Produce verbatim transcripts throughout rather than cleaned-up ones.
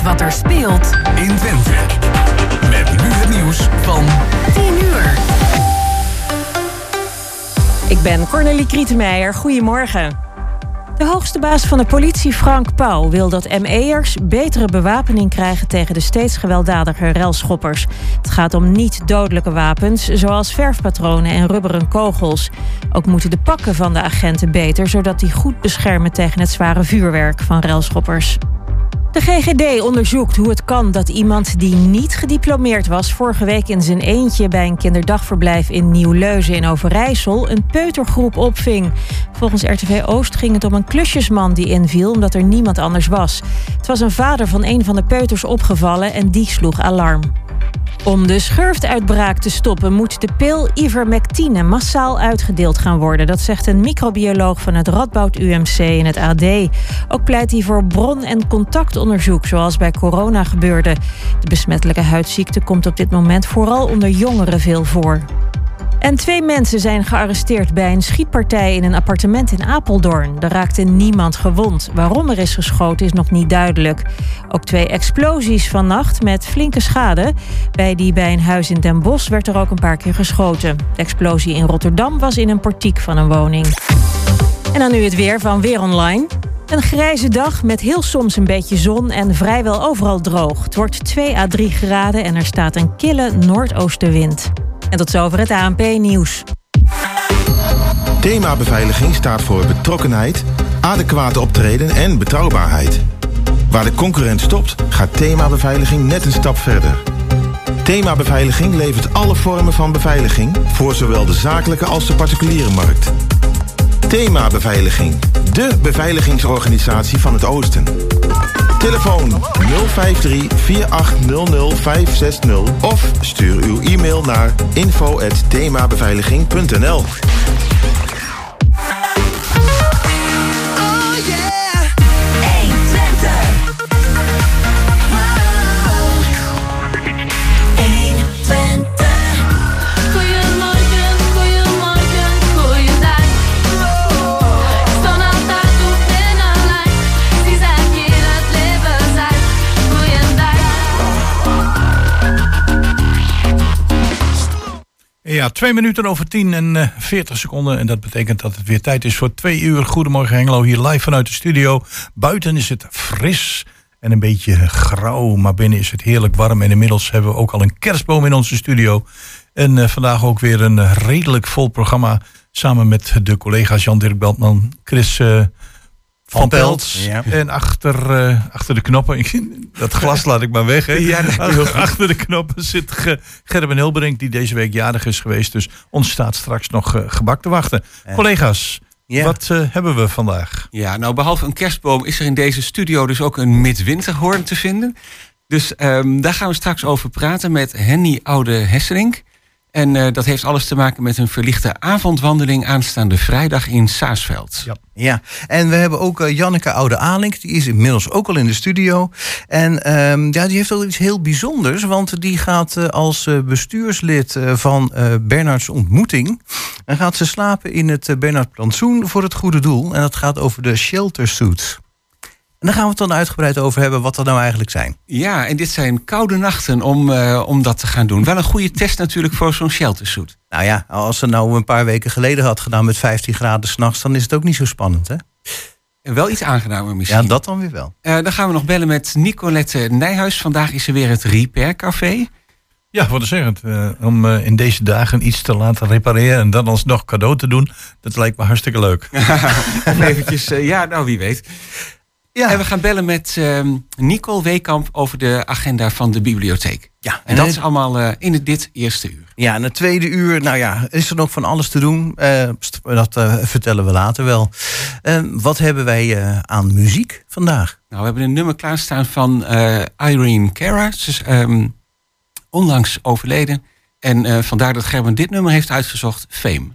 wat er speelt in Twente. Met nu het nieuws van tien uur. Ik ben Cornelie Krietenmeijer. Goedemorgen. De hoogste baas van de politie, Frank Pauw, wil dat M E'ers betere bewapening krijgen tegen de steeds gewelddadiger relschoppers. Het gaat om niet-dodelijke wapens, zoals verfpatronen en rubberen kogels. Ook moeten de pakken van de agenten beter, zodat die goed beschermen tegen het zware vuurwerk van relschoppers. De G G D onderzoekt hoe het kan dat iemand die niet gediplomeerd was vorige week in zijn eentje bij een kinderdagverblijf in Nieuw-Leuzen in Overijssel een peutergroep opving. Volgens R T V Oost ging het om een klusjesman die inviel omdat er niemand anders was. Het was een vader van een van de peuters opgevallen en die sloeg alarm. Om de schurftuitbraak te stoppen moet de pil ivermectine massaal uitgedeeld gaan worden. Dat zegt een microbioloog van het Radboud U M C in het A D. Ook pleit hij voor bron- en contactonderzoek, zoals bij corona gebeurde. De besmettelijke huidziekte komt op dit moment vooral onder jongeren veel voor. En twee mensen zijn gearresteerd bij een schietpartij in een appartement in Apeldoorn. Er raakte niemand gewond. Waarom er is geschoten is nog niet duidelijk. Ook twee explosies vannacht met flinke schade. Bij die bij een huis in Den Bosch werd er ook een paar keer geschoten. De explosie in Rotterdam was in een portiek van een woning. En dan nu het weer van Weer Online. Een grijze dag met heel soms een beetje zon en vrijwel overal droog. Het wordt twee à drie graden en er staat een kille noordoostenwind. En tot zover het A N P-nieuws. Thema beveiliging staat voor betrokkenheid, adequate optreden en betrouwbaarheid. Waar de concurrent stopt, gaat Thema Beveiliging net een stap verder. Thema Beveiliging levert alle vormen van beveiliging voor zowel de zakelijke als de particuliere markt. Thema Beveiliging, de beveiligingsorganisatie van het Oosten. Telefoon nul vijf drie vier acht nul nul vijf zes nul of stuur uw e-mail naar info at themabeveiliging punt n l. Ja, twee minuten over tien en uh, veertig seconden. En dat betekent dat het weer tijd is voor twee uur. Goedemorgen Hengelo, hier live vanuit de studio. Buiten is het fris en een beetje grauw, maar binnen is het heerlijk warm. En inmiddels hebben we ook al een kerstboom in onze studio. En uh, vandaag ook weer een uh, redelijk vol programma. Samen met de collega's Jan-Dirk Beltman, Chris uh, Van, van Pelt. Ja. En achter, uh, achter de knoppen, dat glas laat ik maar weg. Hè. Ja, achter, achter de knoppen zit Ge, Gerben Hilberink, die deze week jarig is geweest. Dus ons staat straks nog uh, gebak te wachten. Uh, Collega's, ja. wat uh, hebben we vandaag? Ja, nou behalve een kerstboom is er in deze studio dus ook een midwinterhoorn te vinden. Dus um, daar gaan we straks over praten met Henny Oude-Hesselink. En uh, dat heeft alles te maken met een verlichte avondwandeling aanstaande vrijdag in Saasveld. Ja, ja. En we hebben ook uh, Janneke Oude-Alink, die is inmiddels ook al in de studio. En um, ja, die heeft al iets heel bijzonders, want die gaat uh, als uh, bestuurslid uh, van uh, Bernards Ontmoeting. En gaat ze slapen in het uh, Bernard Plantsoen voor het goede doel. En dat gaat over de shelter suits. En daar gaan we het dan uitgebreid over hebben wat dat nou eigenlijk zijn. Ja, en dit zijn koude nachten om, uh, om dat te gaan doen. Wel een goede test natuurlijk voor zo'n sheltersuit. Nou ja, als ze nou een paar weken geleden had gedaan met vijftien graden 's nachts, dan is het ook niet zo spannend, hè? En wel iets aangenamer misschien. Ja, dat dan weer wel. Uh, dan gaan we nog bellen met Nicolette Nijhuis. Vandaag is er weer het Repair Café. Ja, wat is het? Uh, om uh, in deze dagen iets te laten repareren en dan alsnog cadeau te doen, dat lijkt me hartstikke leuk. Of eventjes, uh, ja, nou wie weet. Ja. En we gaan bellen met uh, Nicole Weekamp over de agenda van de bibliotheek. Ja, en, en dat het... is allemaal uh, in het, dit eerste uur. Ja, en het tweede uur, nou ja, is er nog van alles te doen. Uh, dat uh, vertellen we later wel. Uh, wat hebben wij uh, aan muziek vandaag? Nou, we hebben een nummer klaarstaan van uh, Irene Cara. Ze is um, onlangs overleden. En uh, vandaar dat Gerben dit nummer heeft uitgezocht, Fame.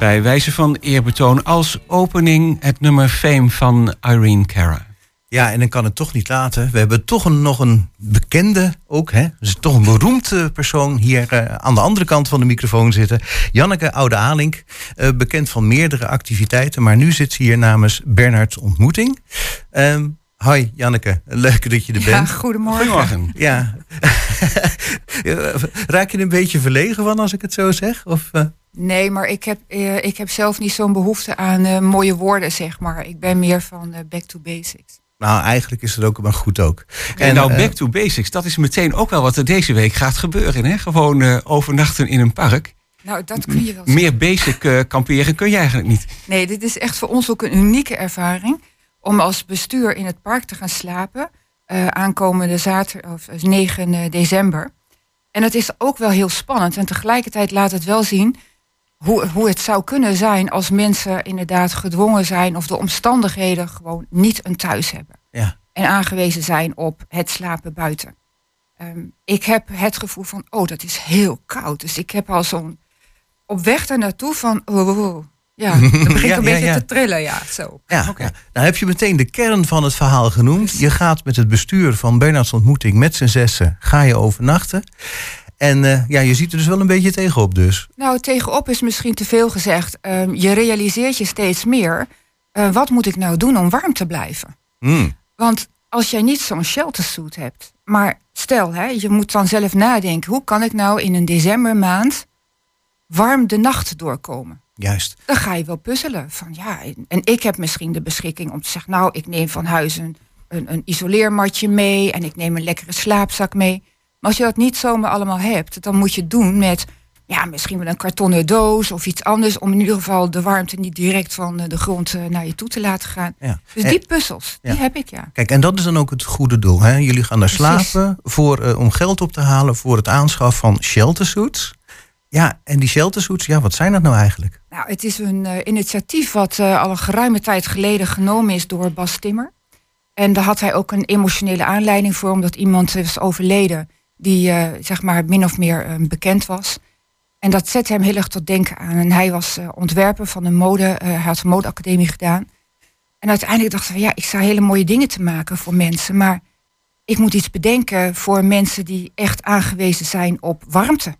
bij wijze van eerbetoon als opening het nummer Fame van Irene Cara. Ja, en dan kan het toch niet laten. We hebben toch een, nog een bekende ook, hè? Dus toch een beroemd persoon hier uh, aan de andere kant van de microfoon zitten. Janneke Oude-Alink, uh, bekend van meerdere activiteiten, maar nu zit ze hier namens Bernhard's Ontmoeting. Um, Hoi Janneke, leuk dat je er bent. Ja, goedemorgen. Goedemorgen. Ja. Raak je er een beetje verlegen van als ik het zo zeg? Of, uh... Nee, maar ik heb, uh, ik heb zelf niet zo'n behoefte aan uh, mooie woorden, zeg maar. Ik ben meer van uh, back to basics. Nou, eigenlijk is het ook maar goed ook. En, en nou, uh, back to basics, dat is meteen ook wel wat er deze week gaat gebeuren. Hè? Gewoon uh, overnachten in een park. Nou, dat kun je wel zeggen. Meer basic uh, kamperen kun je eigenlijk niet. Nee, dit is echt voor ons ook een unieke ervaring. Om als bestuur in het park te gaan slapen. Uh, aankomende zaterdag, of negen december. En het is ook wel heel spannend. En tegelijkertijd laat het wel zien hoe, hoe het zou kunnen zijn als mensen inderdaad gedwongen zijn of de omstandigheden gewoon niet een thuis hebben. Ja. En aangewezen zijn op het slapen buiten. Um, ik heb het gevoel van, oh, dat is heel koud. Dus ik heb al zo'n op weg daar naartoe van, oh, oh, oh. Ja, dan begint ja, een beetje ja, ja. te trillen, ja. Zo. Ja, Okay. ja. Nou heb je meteen de kern van het verhaal genoemd. Je gaat met het bestuur van Bernhard's Ontmoeting met z'n zessen, ga je overnachten. En uh, ja, je ziet er dus wel een beetje tegenop dus. Nou, tegenop is misschien te veel gezegd. Um, je realiseert je steeds meer, uh, wat moet ik nou doen om warm te blijven? Mm. Want als jij niet zo'n sheltersuit hebt, maar stel, hè, je moet dan zelf nadenken, hoe kan ik nou in een decembermaand warm de nacht doorkomen? Juist. Dan ga je wel puzzelen. Van, ja, en ik heb misschien de beschikking om te zeggen, nou, ik neem van huis een, een, een isoleermatje mee en ik neem een lekkere slaapzak mee. Maar als je dat niet zomaar allemaal hebt, dan moet je het doen met, ja, misschien wel een kartonnen doos of iets anders, om in ieder geval de warmte niet direct van de grond naar je toe te laten gaan. Ja. Dus die puzzels, ja. die heb ik, ja. Kijk, en dat is dan ook het goede doel. Hè? Jullie gaan daar Precies. slapen voor, uh, om geld op te halen voor het aanschaf van sheltersuits. Ja, en die sheltersuits, ja, wat zijn dat nou eigenlijk? Nou, het is een uh, initiatief wat uh, al een geruime tijd geleden genomen is door Bas Timmer. En daar had hij ook een emotionele aanleiding voor, omdat iemand is overleden die uh, zeg maar min of meer uh, bekend was. En dat zette hem heel erg tot denken aan. En hij was uh, ontwerper van een mode, uh, hij had een modeacademie gedaan. En uiteindelijk dacht hij, ja, ik sta hele mooie dingen te maken voor mensen, maar ik moet iets bedenken voor mensen die echt aangewezen zijn op warmte.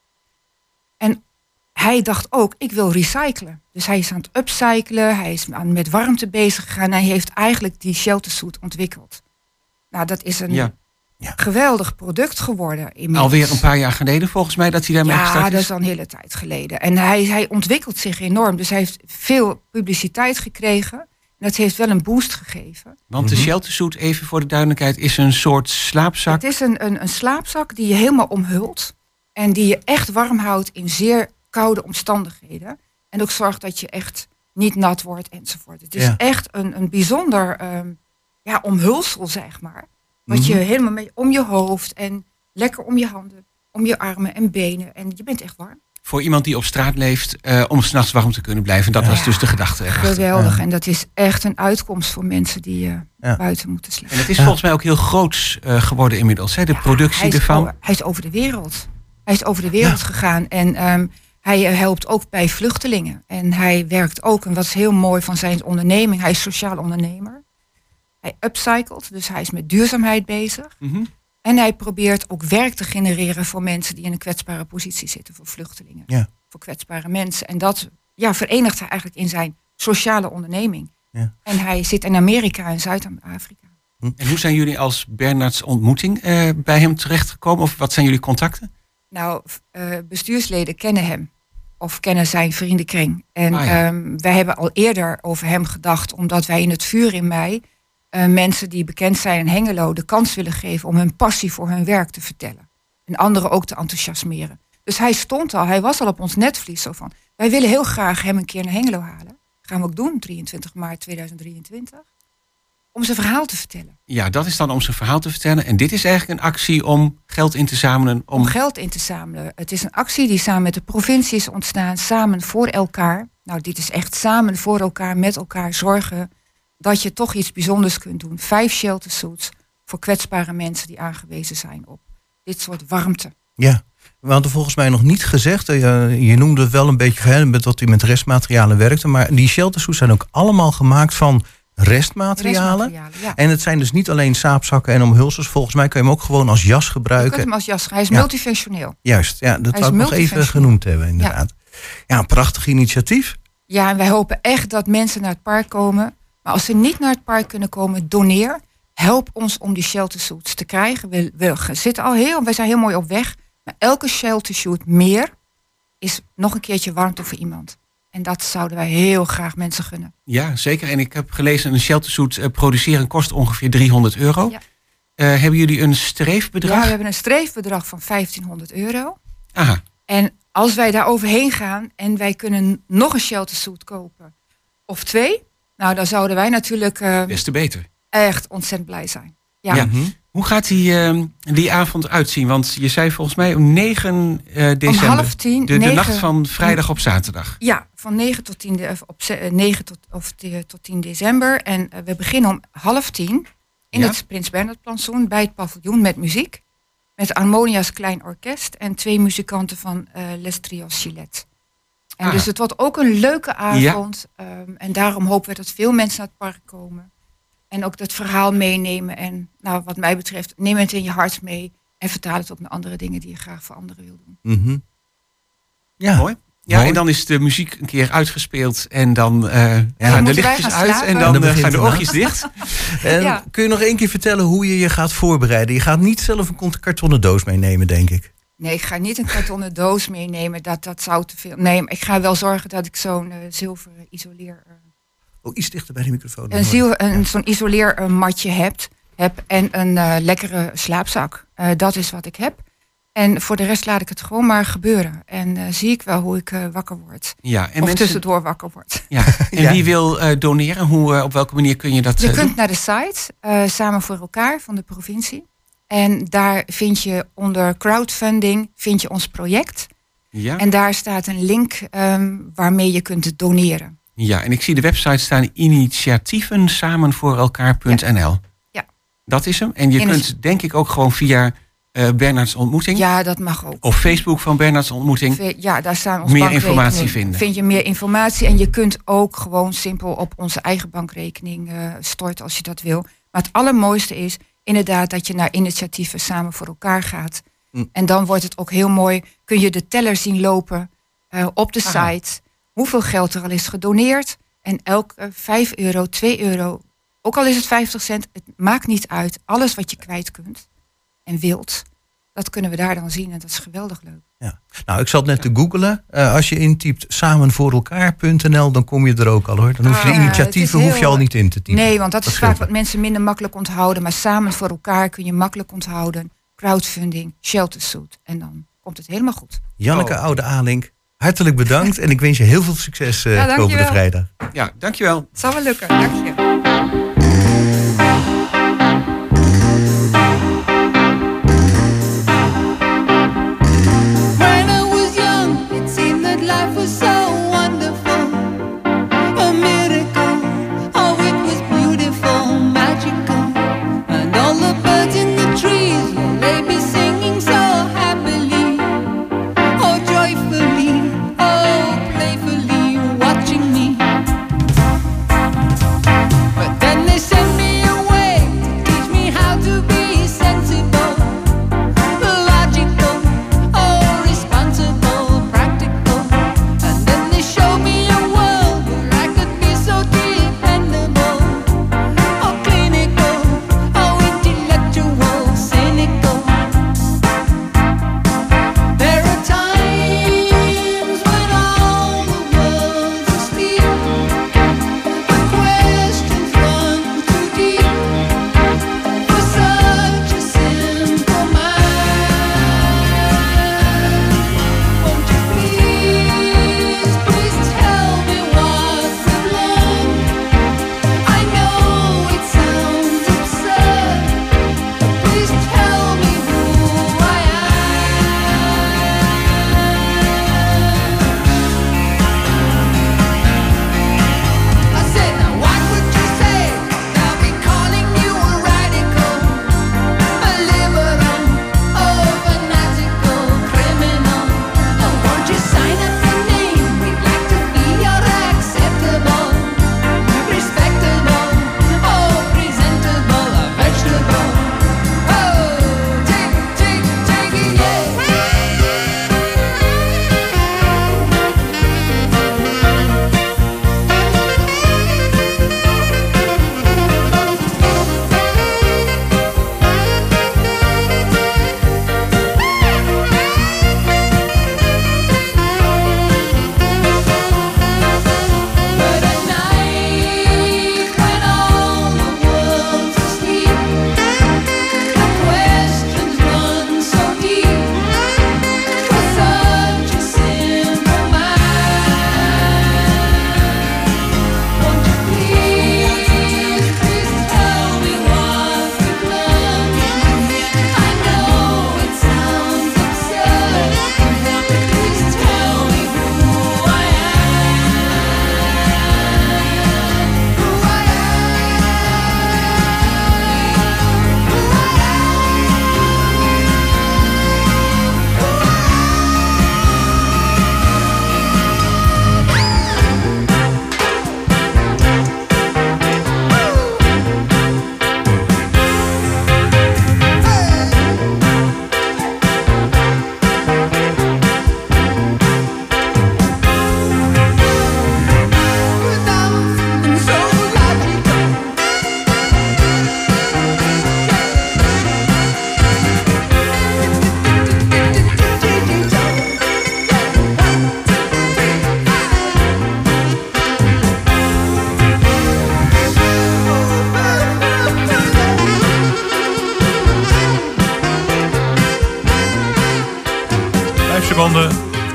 En hij dacht ook, ik wil recyclen. Dus hij is aan het upcyclen, hij is aan, met warmte bezig gegaan. En hij heeft eigenlijk die sheltersuit ontwikkeld. Nou, dat is een Ja. Ja. geweldig product geworden inmiddels. Alweer een paar jaar geleden volgens mij dat hij daarmee Ja, gestart is. dat is al een hele tijd geleden. En hij, hij ontwikkelt zich enorm. Dus hij heeft veel publiciteit gekregen. En dat heeft wel een boost gegeven. Want de sheltersuit, even voor de duidelijkheid, is een soort slaapzak. Het is een, een, een slaapzak die je helemaal omhult. En die je echt warm houdt in zeer koude omstandigheden. En ook zorgt dat je echt niet nat wordt enzovoort. Het is Ja. echt een, een bijzonder um, ja, omhulsel, zeg maar. Wat je Mhm. helemaal mee om je hoofd en lekker om je handen, om je armen en benen. En je bent echt warm. Voor iemand die op straat leeft, uh, om 's nachts warm te kunnen blijven. Dat Ja. was dus de gedachte erachter. Geweldig. Ja. En dat is echt een uitkomst voor mensen die uh, Ja. buiten moeten slapen. En het is Ja. volgens mij ook heel groots uh, geworden inmiddels. Hè? De productie hij is ervan. Over, hij is over de wereld. Hij is over de wereld Ja. gegaan. En um, hij helpt ook bij vluchtelingen. En hij werkt ook, en wat is heel mooi van zijn onderneming, hij is sociaal ondernemer. Hij upcycelt, dus hij is met duurzaamheid bezig. Mm-hmm. En hij probeert ook werk te genereren voor mensen die in een kwetsbare positie zitten, voor vluchtelingen. Ja. Voor kwetsbare mensen. En dat ja, verenigt hij eigenlijk in zijn sociale onderneming. Ja. En hij zit in Amerika en Zuid-Afrika. En hoe zijn jullie als Bernhard's Ontmoeting uh, bij hem terechtgekomen? Of wat zijn jullie contacten? Nou, uh, bestuursleden kennen hem. Of kennen zijn vriendenkring. En Ah, ja. um, wij hebben al eerder over hem gedacht, omdat wij in het vuur in mei uh, mensen die bekend zijn in Hengelo de kans willen geven om hun passie voor hun werk te vertellen. En anderen ook te enthousiasmeren. Dus hij stond al, hij was al op ons netvlies zo van, wij willen heel graag hem een keer naar Hengelo halen. Gaan we ook doen, drieëntwintig maart tweeduizend drieëntwintig. Om zijn verhaal te vertellen. Ja, dat is dan om zijn verhaal te vertellen. En dit is eigenlijk een actie om geld in te zamelen. Om... Om geld in te zamelen. Het is een actie die samen met de provincie is ontstaan. Samen voor elkaar. Nou, dit is echt samen voor elkaar, met elkaar zorgen dat je toch iets bijzonders kunt doen. Vijf sheltersuits voor kwetsbare mensen die aangewezen zijn op dit soort warmte. Ja. We hadden volgens mij nog niet gezegd, uh, je noemde het wel een beetje hè, met dat u met restmaterialen werkte, maar die sheltersuits zijn ook allemaal gemaakt van restmaterialen. Restmaterialen, ja. En het zijn dus niet alleen saapzakken en omhulsels. Volgens mij kun je hem ook gewoon als jas Je gebruiken. kunt hem als jas. Hij is Ja. multifunctioneel. Juist, ja, dat Hij wou is ik nog even multifunctioneel. genoemd hebben inderdaad. Ja, een prachtig initiatief. Ja, en wij hopen echt dat mensen naar het park komen. Maar als ze niet naar het park kunnen komen, doneer. Help ons om die sheltersuits te krijgen. We, we zitten al heel, wij zijn heel mooi op weg. Maar elke sheltersuit meer is nog een keertje warmte voor iemand. En dat zouden wij heel graag mensen gunnen. Ja, zeker. En ik heb gelezen, een sheltersuit uh, produceren kost ongeveer driehonderd euro. Ja. Uh, hebben jullie een Ja, streefbedrag? we hebben een streefbedrag van vijftienhonderd euro. Aha. En als wij daar overheen gaan en wij kunnen nog een sheltersuit kopen of twee, nou dan zouden wij natuurlijk uh, Des te beter. echt ontzettend blij zijn. Ja, Ja. Hoe gaat die, uh, die avond uitzien? Want je zei volgens mij om negen uh, december. om half tien. De, de negen, nacht van vrijdag op zaterdag. Ja, van negen tot tien, de, op ze- uh, negen tot, of de, tot tien december. En uh, we beginnen om half tien in Ja. het Prins Bernhard plantsoen bij het paviljoen met muziek. Met Harmonia's Klein Orkest en twee muzikanten van uh, Les Trios Gillette. En Ah. dus het wordt ook een leuke avond. Um, en daarom hopen we dat veel mensen naar het park komen. En ook dat verhaal meenemen. En nou, wat mij betreft, neem het in je hart mee. En vertaal het ook naar andere dingen die je graag voor anderen wil doen. Mm-hmm. Ja, Mooi. Ja, Mooi. en dan is de muziek een keer uitgespeeld en dan uh, gaan de moeten wij lichtjes gaan uit slapen. en En dan dan uh, begint gaan de de nacht. oogjes dicht. En Ja. kun je nog één keer vertellen hoe je je gaat voorbereiden? Je gaat niet zelf een kont- kartonnen doos meenemen, denk ik. Nee, ik ga niet een kartonnen doos meenemen. Dat, dat zou te veel. Nee, maar ik ga wel zorgen dat ik zo'n uh, zilveren isoleer... Uh, Oh, iets dichter bij de microfoon. een ziel, een, zo'n isoleermatje heb, heb en een uh, lekkere slaapzak. Uh, dat is wat ik heb. En voor de rest laat ik het gewoon maar gebeuren. En uh, zie ik wel hoe ik uh, wakker word. Ja, en of mensen, tussendoor wakker word. ja. En Ja. wie wil uh, doneren? Hoe, uh, op welke manier kun je dat Je uh, kunt doen? naar de site, uh, Samen voor elkaar van de provincie. En daar vind je onder crowdfunding vind je ons project. Ja? En daar staat een link um, waarmee je kunt doneren. ja, en ik zie de website staan initiatieven samen voor elkaar punt n l. Ja. Dat is hem. En je Initi- kunt denk ik ook gewoon via uh, Bernards Ontmoeting Ja, dat mag ook. of Facebook van Bernards Ontmoeting. Ve- Ja, daar staan onze Meer bankrekeningen. informatie vinden. Vind je meer informatie en je kunt ook gewoon simpel op onze eigen bankrekening uh, storten als je dat wil. Maar het allermooiste is inderdaad dat je naar initiatieven samen voor elkaar gaat. Mm. En dan wordt het ook heel mooi. Kun je de teller zien lopen uh, op de Aha. site. Hoeveel geld er al is gedoneerd. En elke vijf euro, twee euro, ook al is het vijftig cent, het maakt niet uit. Alles wat je kwijt kunt en wilt, dat kunnen we daar dan zien. En dat is geweldig leuk. Ja. Nou, ik zat net te googlen. Uh, als je intypt samenvoorelkaar punt n l, dan kom je er ook al hoor. Dan hoef je de Ah, initiatieven het is hoef je heel- al niet in te typen. Nee, want dat, Dat is vaak scheelt wat mensen minder makkelijk onthouden. Maar samen voor elkaar kun je makkelijk onthouden. Crowdfunding, sheltersuit. En dan komt het helemaal goed. Janneke Oh. Oude Alink, hartelijk bedankt. En ik wens je heel veel succes uh, Ja, dankjewel. komende vrijdag. Ja, dankjewel. Het zal wel lukken. Dank je. When I was young, it seemed that life was so wonderful. A miracle, oh, it was beautiful, magical. And all the birds in the trees, well, they be singing so happily. Oh, joyfully, oh, playfully, watching me.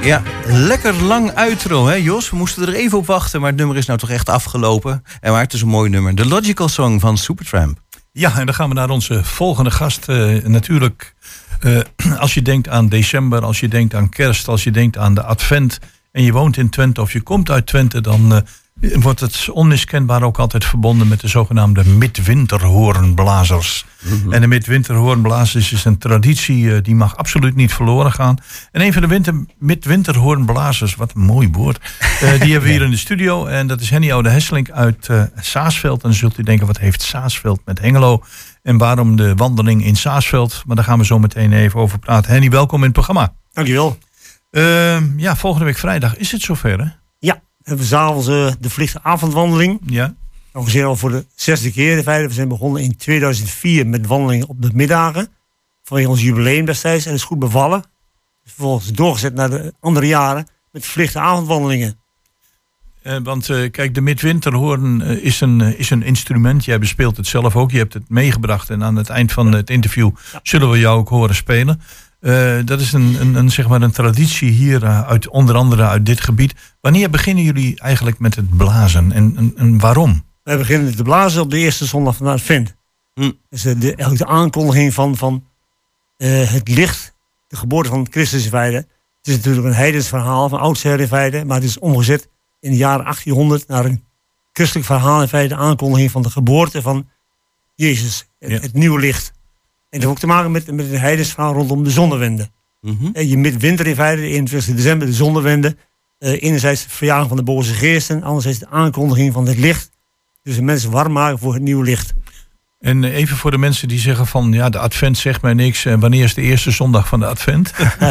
Ja, lekker lang uitro, hè Jos? We moesten er even op wachten, maar het nummer is nou toch echt afgelopen. En maar het is een mooi nummer. The Logical Song van Supertramp. Ja, en dan gaan we naar onze volgende gast. Uh, natuurlijk, uh, als je denkt aan december, als je denkt aan kerst, als je denkt aan de advent en je woont in Twente of je komt uit Twente, dan uh, wordt het onmiskenbaar ook altijd verbonden met de zogenaamde midwinterhoornblazers. Mm-hmm. En de midwinterhoornblazers is een traditie uh, die mag absoluut niet verloren gaan. En een van de winter, midwinterhoornblazers, wat een mooi woord, uh, die hebben we hier in de studio. En dat is Henny Oude Hesselink uit uh, Saasveld. En dan zult u denken, wat heeft Saasveld met Hengelo? En waarom de wandeling in Saasveld? Maar daar gaan we zo meteen even over praten. Henny, welkom in het programma. Dankjewel. Uh, ja, volgende week vrijdag is het zover, hè? Ja, we hebben s'avonds uh, de verlichte avondwandeling. Ja. Ongeveer al voor de zesde keer. We zijn begonnen in tweeduizend vier met wandelingen op de middagen. Vanwege ons jubileum destijds. En dat is goed bevallen. Vervolgens doorgezet naar de andere jaren met verlichte avondwandelingen. Uh, want uh, kijk, de midwinterhoorn uh, is, een, uh, is een instrument. Jij bespeelt het zelf ook. Je hebt het meegebracht. En aan het eind van het interview ja. zullen we jou ook horen spelen. Uh, dat is een, een, een, zeg maar een traditie hier, uh, uit, onder andere uit dit gebied. Wanneer beginnen jullie eigenlijk met het blazen en, en, en waarom? Wij beginnen te blazen op de eerste zondag van de Advent. Hm. Dus uh, de, eigenlijk de aankondiging van, van uh, het licht, de geboorte van Christus in feite. Het is natuurlijk een heidens verhaal van oudsher in feite, maar het is omgezet in de jaren achttienhonderd naar een christelijk verhaal in feite, de aankondiging van de geboorte van Jezus, het, ja. het nieuwe licht. En dat heeft ook te maken met, met het heidensverhaal rondom de zonnewende. Mm-hmm. Je midwinter in feite, de eenentwintigste december, de zonnewende. Uh, enerzijds de verjaring van de boze geesten, anderzijds de aankondiging van het licht. Dus de mensen warm maken voor het nieuwe licht. En even voor de mensen die zeggen van, ja, de advent zegt mij niks. En wanneer is de eerste zondag van de advent?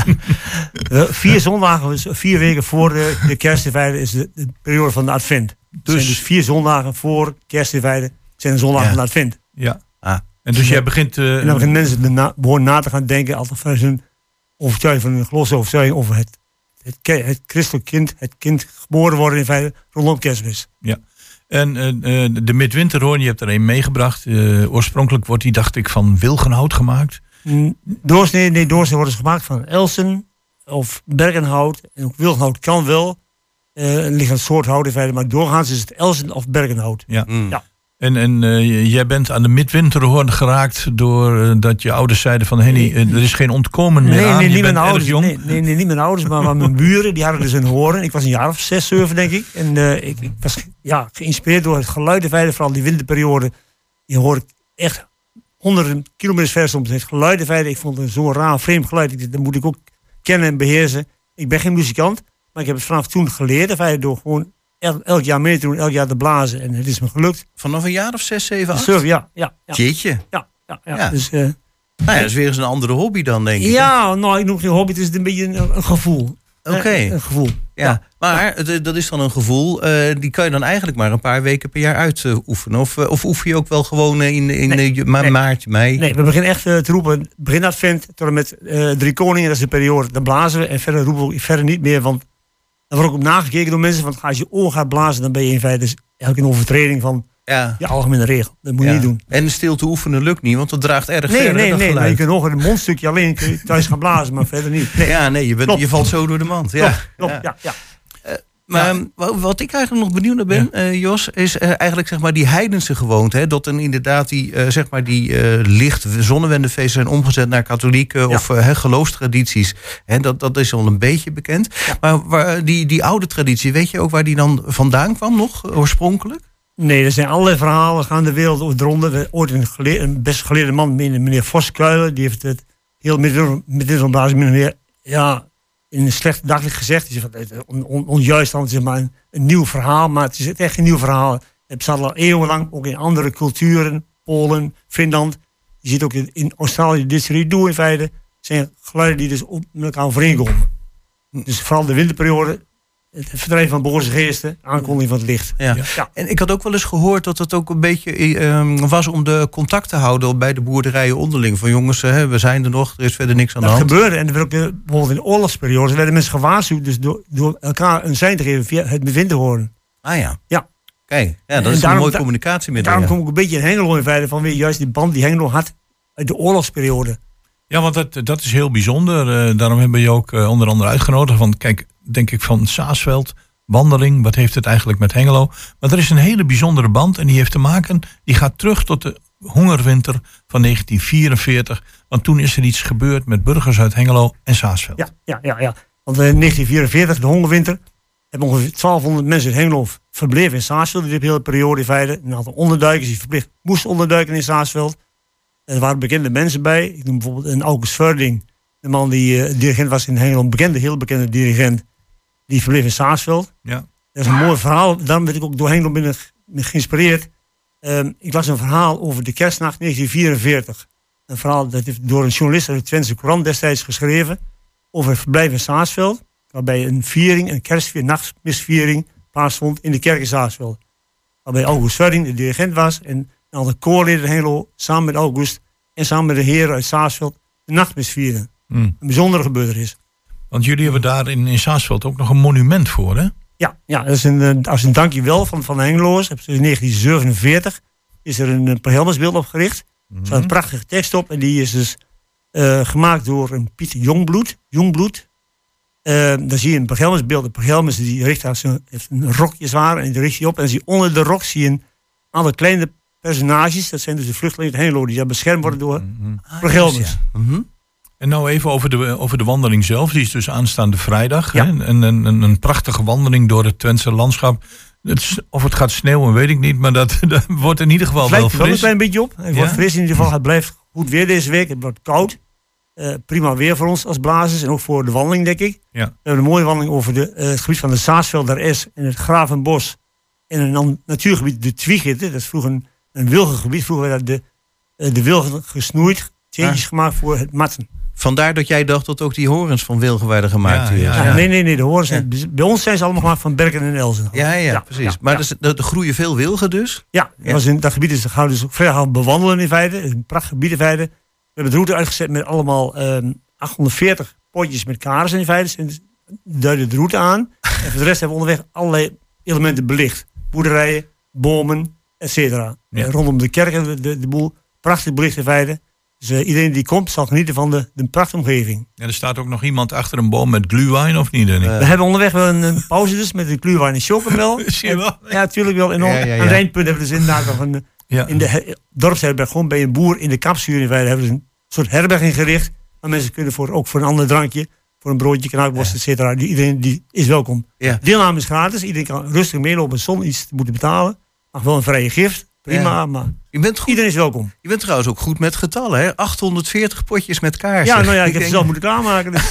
vier zondagen, vier weken voor de, de kerst in feite is de, de periode van de advent. Dus, zijn dus vier zondagen voor kerst in feite zijn de zondagen ja. van de advent. Ja. Ah. En dus jij begint... Uh, en dan beginnen mensen na, behoorlijk na te gaan denken, altijd van hun overtuiging, van hun geloofsovertuiging over het, het, het christelijk kind, het kind geboren worden in feite rondom Kerstmis. Ja. En uh, de midwinterhoorn, je hebt er een meegebracht. Uh, oorspronkelijk wordt die, dacht ik, van wilgenhout gemaakt. Doors, nee, nee, doors worden ze gemaakt van elsen of berkenhout. En ook wilgenhout kan wel. Uh, er ligt een soort hout in feite, maar doorgaans is het elsen of berkenhout. Ja. Mm. ja. En, en uh, jij bent aan de midwinterhoorn geraakt doordat uh, je ouders zeiden van Henny, uh, er is geen ontkomen meer nee, aan. Nee, je niet bent mijn erg ouders, jong. Nee, nee, nee, niet mijn ouders, maar, maar mijn buren, die hadden dus een hoorn. Ik was een jaar of zes, zeven denk ik. En uh, ik, ik was ja, geïnspireerd door het geluid in feite, vooral die winterperiode. Je hoort echt honderden kilometers ver soms het geluid in feite. Ik vond het zo'n raar, vreemd geluid. Ik, dat moet ik ook kennen en beheersen. Ik ben geen muzikant, maar ik heb het vanaf toen geleerd in feite door gewoon elk jaar mee te doen, elk jaar te blazen. En het is me gelukt. Vanaf een jaar of zes, zeven, acht? Ja, ja. ja. Jeetje. Ja, ja, ja. ja. Dus, uh, nou ja, dat is weer eens een andere hobby dan, denk ik. Ja, hè? nou, ik noem geen hobby. Het is een beetje een, een gevoel. Oké. Okay. Een gevoel. Ja, ja. maar ja. dat is dan een gevoel. Uh, die kan je dan eigenlijk maar een paar weken per jaar uitoefenen. Of, uh, of oefen je ook wel gewoon in, in nee, uh, ma- nee. maart, mei? Nee, we beginnen echt uh, te roepen. Begin advent tot en met uh, drie koningen. Dat is de periode. Dan blazen we. En verder roepen we verder niet meer. Want er wordt ook op nagekeken door mensen. Want als je oor gaat blazen, dan ben je in feite dus eigenlijk een overtreding van ja. je algemene regel. Dat moet je ja. niet doen. En stil te oefenen lukt niet, want dat draagt erg nee, verder. Nee, nee, nee. Maar je kunt nog een mondstukje alleen kun je thuis gaan blazen, maar verder niet. Nee. Ja, nee, je, bent, je valt zo door de mand. Ja. Klopt, klopt, ja. ja, ja. Uh, maar ja. wat ik eigenlijk nog benieuwd naar ben, ja. uh, Jos, is uh, eigenlijk zeg maar die heidense gewoonte. Hè, dat dan inderdaad die, uh, zeg maar die uh, licht zonnewendefeesten zijn omgezet naar katholieke ja. of uh, geloofstradities. Hè, dat, dat is al een beetje bekend. Ja. Maar waar, die, die oude traditie, weet je ook waar die dan vandaan kwam nog, oorspronkelijk? Nee, er zijn allerlei verhalen gaan de wereld over de ronde. Ooit een, geleer, een best geleerde man, meneer Voskuilen, die heeft het heel middenbasis min of meer ja, in een slecht daglicht gezegd. Die zegt, het on, on, onjuist, want het is maar een, een nieuw verhaal, maar het is echt een nieuw verhaal. Het bestaat al eeuwenlang, ook in andere culturen, Polen, Finland. Je ziet ook in, in Australië, didgeridoo in feite, zijn geluiden die dus op, met elkaar overeenkomen. Dus vooral de winterperiode, het verdrijven van boze geesten, aankondiging van het licht. Ja. Ja. En ik had ook wel eens gehoord dat het ook een beetje um, was om de contact te houden bij de boerderijen onderling. Van jongens, uh, we zijn er nog, er is verder niks aan de dat hand. Dat gebeurde. En er werd ook, uh, bijvoorbeeld in de oorlogsperiodes werden mensen gewaarschuwd dus door, door elkaar een sein te geven via het winterhoorn. Ah ja. Ja. Kijk, ja, dat en is daarom, een mooie communicatiemiddel. Daarom ja. kom ik een beetje in Hengelo in feite van weer juist die band die Hengelo had uit de oorlogsperiode. Ja, want dat, dat is heel bijzonder. Uh, daarom hebben we je ook uh, onder andere uitgenodigd. Want kijk, denk ik van Saasveld, wandeling, wat heeft het eigenlijk met Hengelo? Maar er is een hele bijzondere band en die heeft te maken, die gaat terug tot de hongerwinter van negentien vierenveertig. Want toen is er iets gebeurd met burgers uit Hengelo en Saasveld. Ja, ja, ja, ja. Want in negentien vierenveertig, de hongerwinter, hebben ongeveer twaalfhonderd mensen in Hengelo verbleven in Saasveld. Die hele periode in feite. Een aantal onderduikers die verplicht moesten onderduiken in Saasveld. Er waren bekende mensen bij. Ik noem bijvoorbeeld een August Verding. De man die uh, dirigent was in Hengelo. Een bekende, heel bekende dirigent. Die verbleef in Saasveld. Ja. Dat is een mooi verhaal. Daarom werd ik ook door Hengelo binnen geïnspireerd. Um, ik las een verhaal over de kerstnacht negentien vierenveertig. Een verhaal dat heeft door een journalist uit de Twentse Courant destijds geschreven. Over het verblijf in Saasveld. Waarbij een viering, een kerstviering, nachtmisviering plaatsvond in de kerk in Saasveld. Waarbij August Verding de dirigent was. En een aantal koorleden in Hengelo samen met August en samen met de heren uit Saasveld de nachtmis vieren. Mm. Een bijzondere gebeurtenis. Want jullie hebben daar in, in Saasveld ook nog een monument voor, hè? Ja, ja, dat is een, als een dankjewel van, van de Hengeloers. In negentien zevenenveertig is er een Pelgrimsbeeld opgericht. Mm-hmm. Er staat een prachtige tekst op. En die is dus uh, gemaakt door een Piet Jongbloed. Jongbloed. Uh, dan zie je een Pelgrimsbeeld. De Pelgrims die richt als een, heeft een rokje zwaar en die richt je op. En dan zie je onder de rok zie je een aantal kleine personages. Dat zijn dus de vluchtelingen uit Hengelo die daar beschermd worden door mm-hmm. Pelgrims. Ja. Mm-hmm. En nou even over de, over de wandeling zelf. Die is dus aanstaande vrijdag. Ja. Hè? Een, een, een, een prachtige wandeling door het Twentse landschap. Het, of het gaat sneeuwen, weet ik niet. Maar dat, dat wordt in ieder geval het wel fris. Het lijkt wel een klein beetje op. Het ja? wordt fris in ieder geval. Het blijft goed weer deze week. Het wordt koud. Uh, prima weer voor ons als blazers. En ook voor de wandeling, denk ik. Ja. We hebben een mooie wandeling over de, uh, het gebied van de Saasvelder Es. En het Gravenbos. En een natuurgebied, de Twiegitten. Dat is vroeger een, een wilgengebied. Vroeger werd de, uh, de wilgen gesnoeid. Teentjes ja. gemaakt voor het matten. Vandaar dat jij dacht dat ook die horens van wilgen werden gemaakt. Ja, ja, ja. Ja, nee, nee, nee. De horens zijn, ja. Bij ons zijn ze allemaal gemaakt van berken en elzen. Ja, ja, ja, precies. Ja, maar ja. Dus, er groeien veel wilgen dus? Ja, ja. Dat, in, dat gebied is, gaan we dus ook vrij gaan bewandelen in feite. Een prachtig gebied in feite. We hebben de route uitgezet met allemaal um, achthonderdveertig potjes met kaarsen in feite. En duiden de route aan. En voor de rest hebben we onderweg allerlei elementen belicht. Boerderijen, bomen, et cetera. Ja. Rondom de kerken, de, de, de boel. Prachtig belicht in feite. Dus uh, iedereen die komt zal genieten van de, de prachtige omgeving. Ja, er staat ook nog iemand achter een boom met glühwein, of niet? Uh, we hebben onderweg wel een, een pauze dus met een glühwein en chocomel. Zie je wel? Ja, natuurlijk wel. En ja, ja, ja. Aan het eindpunt hebben we dus inderdaad nog een... Ja. In de her- dorpsherberg, gewoon bij een boer in de Kapschuur in feite, hebben we een soort herberg ingericht. Waar mensen kunnen voor, ook voor een ander drankje, voor een broodje, kruidworst, ja. et cetera. Iedereen die is welkom. Ja. Deelname is gratis. Iedereen kan rustig meelopen zonder iets te moeten betalen. Mag wel een vrije gift. Prima, ja. Maar je bent goed, iedereen is welkom. Je bent trouwens ook goed met getallen, hè? achthonderdveertig potjes met kaarsen. Ja, nou ja, ik, ik heb denk... ze zelf moeten klaarmaken. Dus.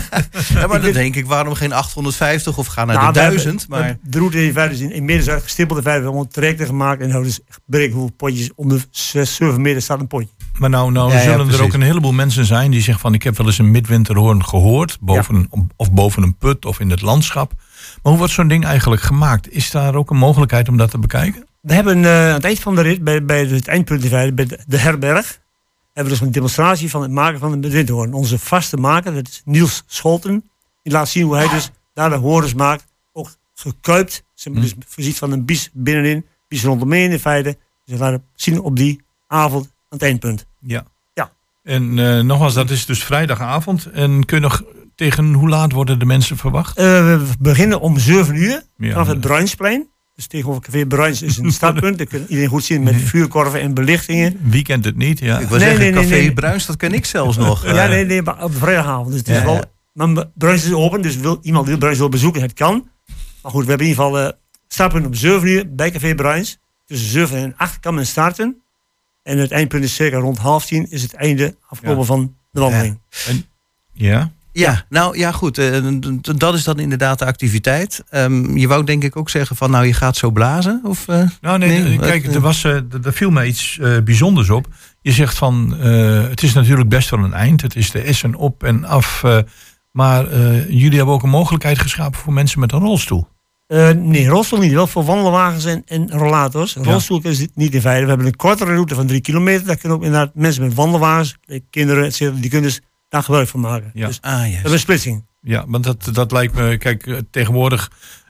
Ja, maar dan denk ik, waarom geen achthonderdvijftig of ga naar nou, de duizend? Maar... Hebben, de route in feite is in, in midden uitgestippeld. In feite allemaal trajecten gemaakt. En hebben dus berekend hoeveel potjes om de zes, zeven meter staat een potje. Maar nou, nou ja, zullen ja, er ook een heleboel mensen zijn die zeggen van... ik heb wel eens een midwinterhoorn gehoord. Boven ja. een, of boven een put of in het landschap. Maar hoe wordt zo'n ding eigenlijk gemaakt? Is daar ook een mogelijkheid om dat te bekijken? We hebben uh, aan het eind van de rit, bij, bij het eindpunt bij de, de herberg... hebben we dus een demonstratie van het maken van een midwinterhoorn. Onze vaste maker, dat is Niels Scholten. Die laat zien hoe hij dus daar de horens maakt. Ook gekuipt. Ze hmm. dus voorziet van een bies binnenin. Bies rondomheen in feite. Dus we laten zien op die avond aan het eindpunt. Ja. ja. En uh, nogmaals, dat is dus vrijdagavond. En kun je nog tegen hoe laat worden de mensen verwacht? Uh, we beginnen om zeven uur. Ja, vanaf het Bruinsplein. Dus tegenover Café Bruins is een startpunt. Dat kan iedereen goed zien met vuurkorven en belichtingen. Wie kent het niet? Ja. Ik wil nee, zeggen, nee, Café nee, nee. Bruins, dat ken ik zelfs nog. Ja, nee, nee, maar op vrijdagavond. Dus het is ja, wel, maar Bruins is open, dus wil, iemand die Bruins wil bezoeken, het kan. Maar goed, we hebben in ieder geval uh, startpunt om zeven uur bij Café Bruins. Tussen zeven en acht kan men starten. En het eindpunt is circa rond half tien is het einde afkomen ja. van de wandeling. Ja. En, ja. Ja, nou ja goed, uh, dat is dan inderdaad de activiteit. Um, je wou denk ik ook zeggen van nou je gaat zo blazen? Of, uh, nou nee, nee kijk, er, was, uh, er viel mij iets uh, bijzonders op. Je zegt van, uh, het is natuurlijk best wel een eind. Het is de essen op en af. Uh, maar uh, jullie hebben ook een mogelijkheid geschapen voor mensen met een rolstoel. Uh, nee, rolstoel niet. Wel voor wandelwagens en, en rollators. Rolstoel ja. is het niet in feite. We hebben een kortere route van drie kilometer. Daar kunnen ook inderdaad mensen met wandelwagens, kinderen, et cetera, die kunnen dus daar gebruik van maken. Ja. Dus ah, yes. dat is een splitsing. Ja, want dat, dat lijkt me... Kijk, tegenwoordig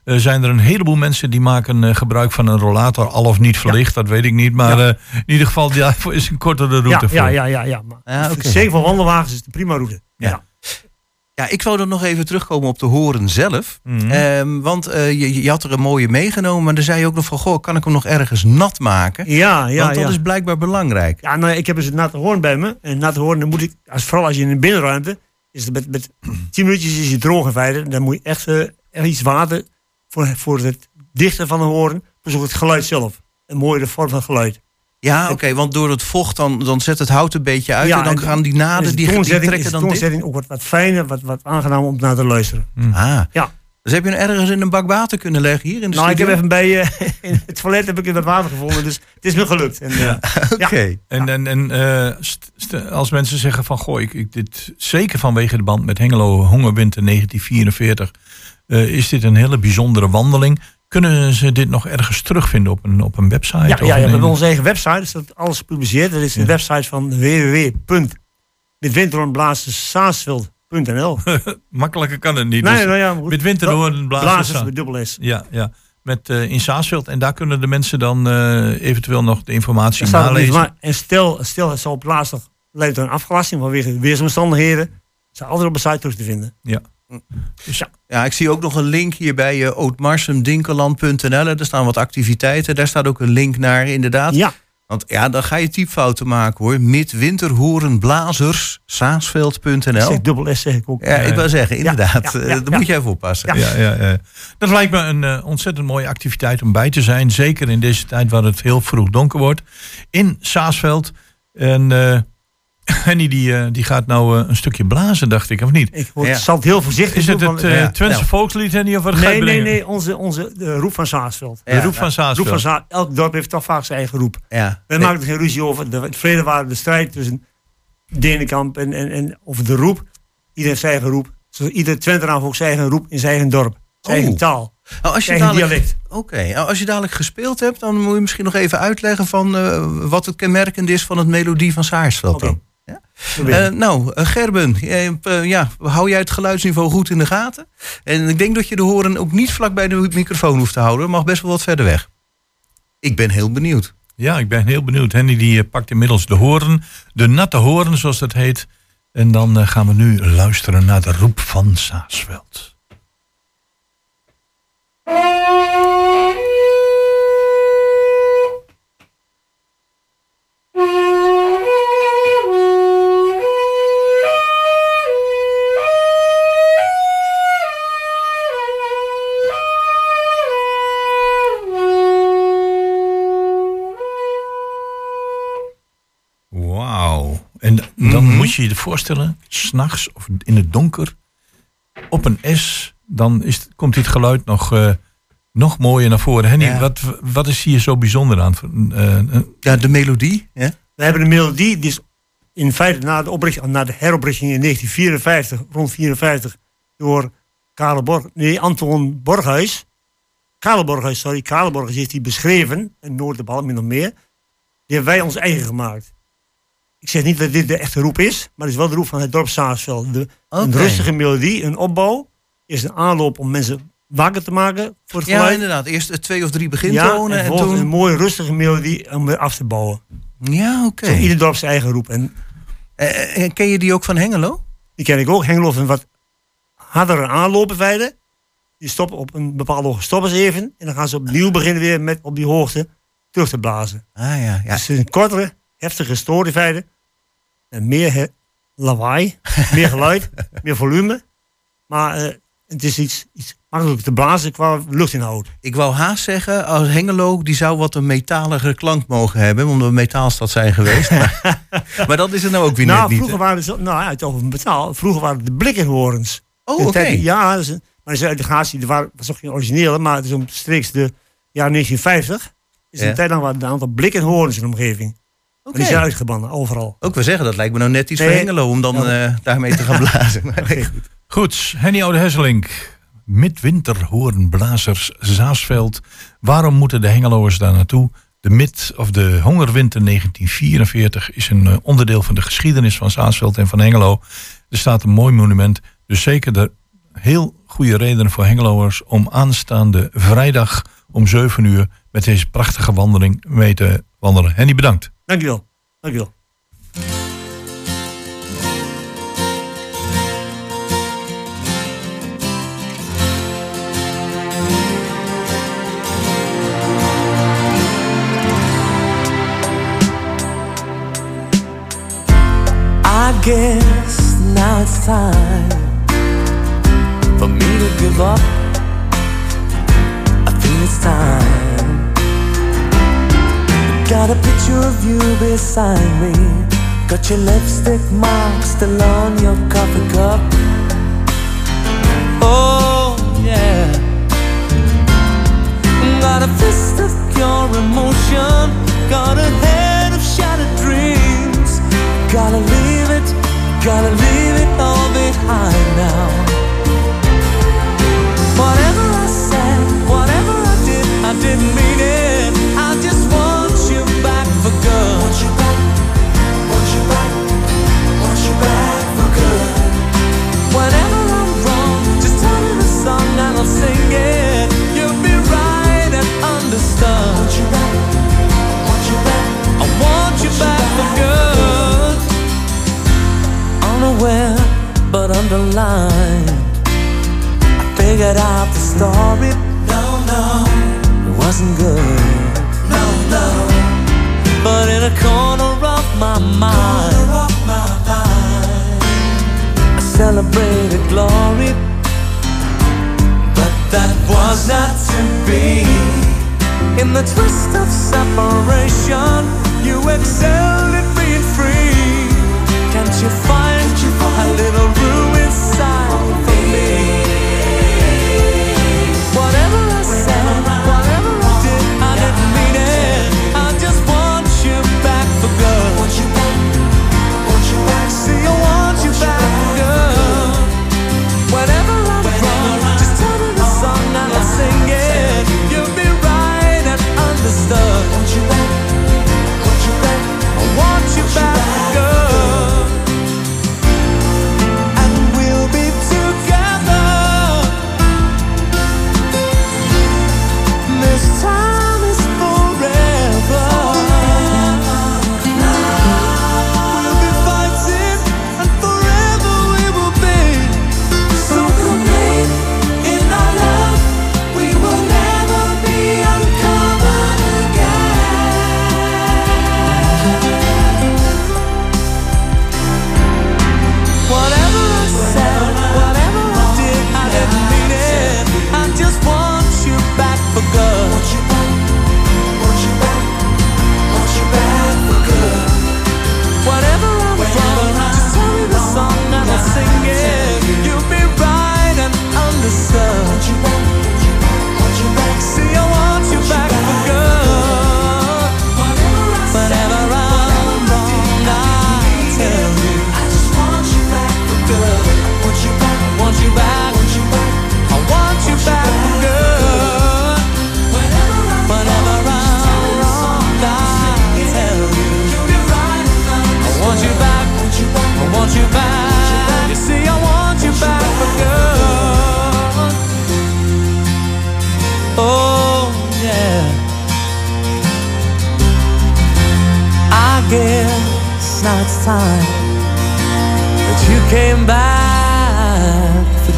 Uh, zijn er een heleboel mensen die maken uh, gebruik van een rollator, al of niet verlicht, ja. dat weet ik niet. Maar ja. uh, in ieder geval daarvoor is een kortere route ja, voor. Ja, ja, ja. ja. Maar ja okay. zeker voor wandelwagens is het een prima route. Ja. Ja. Ja, ik wou dan nog even terugkomen op de horen zelf. Mm-hmm. Um, want uh, je, je had er een mooie meegenomen, maar dan zei je ook nog van, goh, kan ik hem nog ergens nat maken? Ja, ja. Want dat ja. is blijkbaar belangrijk. Ja, nou, ik heb dus een natte hoorn bij me. En natte hoorn, dan moet ik, als, vooral als je in een binnenruimte, is het met, met tien minuutjes is je droog in feite. Dan moet je echt, uh, echt iets water voor, voor het dichten van de hoorn, dus ook het geluid zelf. Een mooie vorm van geluid. Ja, oké, okay, want door het vocht dan, dan zet het hout een beetje uit ja, en dan en gaan die naden, die, die trekken is de dan dicht. toonzetting ook wat, wat fijner, wat, wat aangenaam om naar te luisteren. Mm. Ah, ja. Dus heb je hem ergens in een bak water kunnen leggen hier in de nou, studio? Nou, ik heb even bij, uh, in het toilet heb ik wat water gevonden, dus het is me gelukt. En, uh, ja. Oké. Okay. Ja. En, en, en uh, st- st- als mensen zeggen van, goh, ik, ik dit zeker vanwege de band met Hengelo Hongerwinter negentien vierenveertig, uh, is dit een hele bijzondere wandeling. Kunnen ze dit nog ergens terugvinden op een, op een website? Ja, ja, ja, we een... hebben onze eigen website, dus dat alles gepubliceerd. Dat is de ja. website van w w w punt midwinterhoornblazers punt n l. Makkelijker kan het niet. Nee, dus nou ja, Midwinterhoornblazers met dubbel S. Ja, ja. Met uh, in Saasveld. En daar kunnen de mensen dan uh, eventueel nog de informatie nalezen. Maar, en stel, stel het zal op laatst nog leidt tot een afgelasting vanwege weersomstandigheden. Zijn altijd op de site terug te vinden. Ja. Dus ja. ja, ik zie ook nog een link hier bij uh, ootmarsum dinkeland punt n l. Er staan wat activiteiten. Daar staat ook een link naar, inderdaad. Ja. Want ja, dan ga je typfouten maken hoor. Midwinterhoornblazers Saasveld punt n l. Zeg dubbel S zeg ik ook. Ja, ik wou zeggen, inderdaad. Ja, ja, ja, uh, daar ja. moet je even oppassen. Ja. Ja, ja, ja. Dat lijkt me een uh, ontzettend mooie activiteit om bij te zijn. Zeker in deze tijd waar het heel vroeg donker wordt. In Saasveld. En uh, Henny die, uh, die gaat nou uh, een stukje blazen, dacht ik, of niet? Ik word, ja. zal het heel voorzichtig Is het doen, het uh, ja. Twentse ja. volkslied, Henny, of wat nee, ga je nee, nee, onze, onze de roep van Saasveld. Ja. De roep van Saasveld. Roep van Za- Elk dorp heeft toch vaak zijn eigen roep. Ja. We nee. maken er geen ruzie over. De, het vrede waren de strijd tussen Denenkamp en, en, en over de roep. Iedereen heeft zijn eigen roep. Zoals ieder Twentenaar heeft ook zijn eigen roep in zijn eigen dorp. Zijn oh. eigen taal. Nou, als je eigen dadelijk, dialect. Oké, okay. nou, als je dadelijk gespeeld hebt, dan moet je misschien nog even uitleggen van uh, wat het kenmerkend is van het melodie van Saasveld. Okay. Ja? Uh, nou, uh, Gerben, uh, ja, hou jij het geluidsniveau goed in de gaten? En ik denk dat je de horen ook niet vlak bij de microfoon hoeft te houden. Mag best wel wat verder weg. Ik ben heel benieuwd. Ja, ik ben heel benieuwd. Henny die uh, pakt inmiddels de horen, de natte horen zoals dat heet. En dan uh, gaan we nu luisteren naar de roep van Saasveld. Wauw. En dan mm-hmm. moet je je voorstellen, 's nachts of in het donker, op een S, dan is, komt dit geluid nog, uh, nog mooier naar voren. Henny, ja. wat, wat is hier zo bijzonder aan? Uh, uh, ja, de melodie. Ja? We hebben de melodie, die is in feite na de, opricht, na de heroprichting in negentien vierenvijftig, rond vierenvijftig, door Karel Borg, nee, Anton Borghuis. Karel Borghuis, sorry, Karel Borghuis heeft die beschreven, en Noorderbal min of meer. Die hebben wij ons eigen gemaakt. Ik zeg niet dat dit de echte roep is, maar het is wel de roep van het dorp Saasveld. De, okay. Een rustige melodie, een opbouw, is een aanloop om mensen wakker te maken voor het geluid. Ja, inderdaad. Eerst twee of drie begintonen. Ja, en, en toen een mooie rustige melodie om weer af te bouwen. Ja, oké. Okay. Ieder dorp zijn eigen roep. En, uh, ken je die ook van Hengelo? Die ken ik ook. Hengelo heeft een wat hardere aanlopen feiten. Die stoppen op een bepaalde hoogte stoppen ze even. En dan gaan ze opnieuw beginnen weer met op die hoogte terug te blazen. Ah, ja, ja. Dus het is een kortere, heftige stoor in feite. En meer he- lawaai, meer geluid, meer volume. Maar uh, het is iets, iets makkelijker te blazen qua luchtinhoud. Ik wou haast zeggen, als Hengelo, die zou wat een metalige klank mogen hebben, omdat we een metaalstad zijn geweest. maar, maar dat is het nou ook weer nou, net niet. Vroeger waren ze, nou, het over metaal. Vroeger waren het de blikkenhoorns. Oh, oké. Okay. Ja, dat is een, maar dat is uit de gratie. Dat waren, was ook geen originele, maar het is omstreeks de jaren negentien vijftig. Is ja. Een tijd lang waren er een aantal blikkenhoorns in de omgeving. Okay. Die zijn uitgebannen, overal. Ook we zeggen, dat lijkt me nou net iets nee. voor Hengelo om dan ja. uh, daarmee te gaan blazen. Okay. Goed, Henny Oude Hesselink. Midwinterhoornblazers Saasveld. Waarom moeten de Hengeloers daar naartoe? De mid- of de Hongerwinter negentien vierenveertig is een uh, onderdeel van de geschiedenis van Saasveld en van Hengelo. Er staat een mooi monument. Dus zeker de heel goede redenen voor Hengeloers om aanstaande vrijdag om zeven uur met deze prachtige wandeling mee te wandelen. Henny, bedankt. Dankjewel. Dankjewel. I guess now it's time for me to give up. I feel it's time. Got a picture of you beside me. Got your lipstick mark still on your coffee cup. Oh yeah. Got a fist of pure emotion. Got a head of shattered dreams. Gotta leave it, gotta leave it all behind now. Whatever I said, whatever I did, I didn't mean it. I just want you back for good. Want you back, want you back, want you back for good. Whenever I'm wrong, just tell me the song and I'll sing it. You'll be right and understood. Want you back, want you back, I want you back for good. Unaware, but underlined, I figured out the story. No, no, it wasn't good. No, no, but in a corner of my mind, corner of my mind, I celebrated glory, but that was not to be. In the twist of separation, you excelled at being free. Can't you find a little room inside for me? Whatever I said, whatever I did, I didn't mean it. I just want you back for good. Want you back, want you back. See, I want you back for good. Whenever I'm wrong, just tell me the song and I'll sing it. You'll be right and understood. Want you back, want you back. I want you back for good. Now it's time that you came back for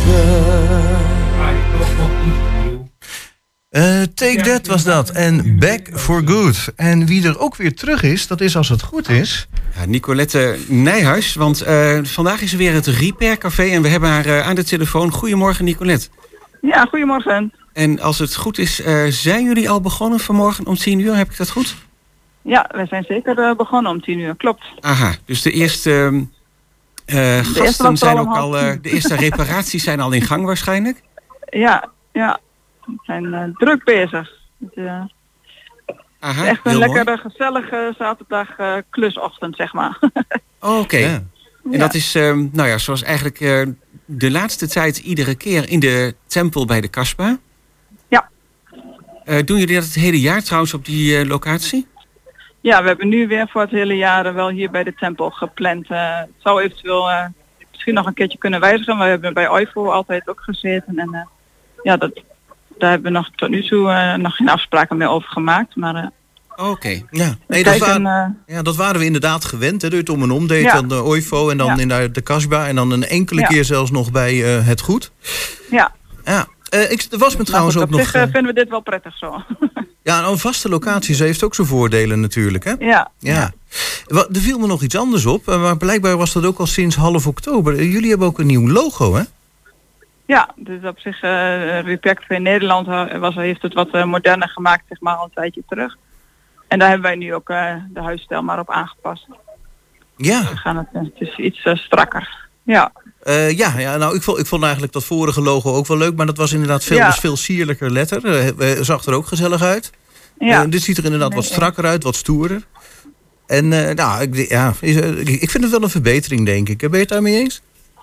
good. Uh, Take That was dat. En Back for Good. En wie er ook weer terug is, dat is als het goed is... Ja, Nicolette Nijhuis, want uh, vandaag is er weer het Repair Café en we hebben haar uh, aan de telefoon. Goedemorgen, Nicolette. Ja, goedemorgen. En als het goed is, uh, zijn jullie al begonnen vanmorgen om tien uur? Heb ik dat goed? Ja, we zijn zeker uh, begonnen om tien uur, klopt. Aha, dus de eerste uh, de gasten eerste zijn al ook al... Uh, de eerste reparaties zijn al in gang waarschijnlijk? Ja, ja. We zijn uh, druk bezig. Het, uh, Aha, het is echt een heel lekkere, mooi. gezellige zaterdag uh, klusochtend, zeg maar. Oh, oké. Okay. Ja. En Ja. dat is, uh, nou ja, zoals eigenlijk uh, de laatste tijd iedere keer in de tempel bij de Kasbah. Ja. Uh, doen jullie dat het hele jaar trouwens op die uh, locatie? Ja, we hebben nu weer voor het hele jaar wel hier bij de tempel gepland. Uh, het zou eventueel uh, misschien nog een keertje kunnen wijzigen. We hebben bij O I V O altijd ook gezeten. En uh, ja, dat, daar hebben we nog tot nu toe uh, nog geen afspraken meer over gemaakt. Maar... Uh, Oké. Okay. Ja. Nee, dat, waren, uh, ja, dat waren we inderdaad gewend. Hè, dat je het om en om deed. Ja. Dan de O I V O en dan ja. in de, de Kasbah. En dan een enkele ja. keer zelfs nog bij uh, Het Goed. Ja. Ja. Uh, ik, er was me trouwens goed, ook nog... Op zich uh, vinden we dit wel prettig zo. Ja, een vaste locaties heeft ook zijn voordelen natuurlijk, hè? Ja. ja. Er viel me nog iets anders op. Maar blijkbaar was dat ook al sinds half oktober. Jullie hebben ook een nieuw logo, hè? Ja, dus op zich... Uh, Repair Café Nederland was, heeft het wat uh, moderner gemaakt, zeg maar, al een tijdje terug. En daar hebben wij nu ook uh, de huisstijl maar op aangepast. Ja. We gaan het, het is iets uh, strakker. Ja. Uh, ja, ja, nou, ik vond, ik vond eigenlijk dat vorige logo ook wel leuk, maar dat was inderdaad veel, ja. dus veel sierlijker letter. Uh, zag er ook gezellig uit. Ja. Uh, dit ziet er inderdaad nee, wat strakker uit, wat stoerder. En uh, nou, ik, ja, ik vind het wel een verbetering, denk ik. Ben je het daarmee eens?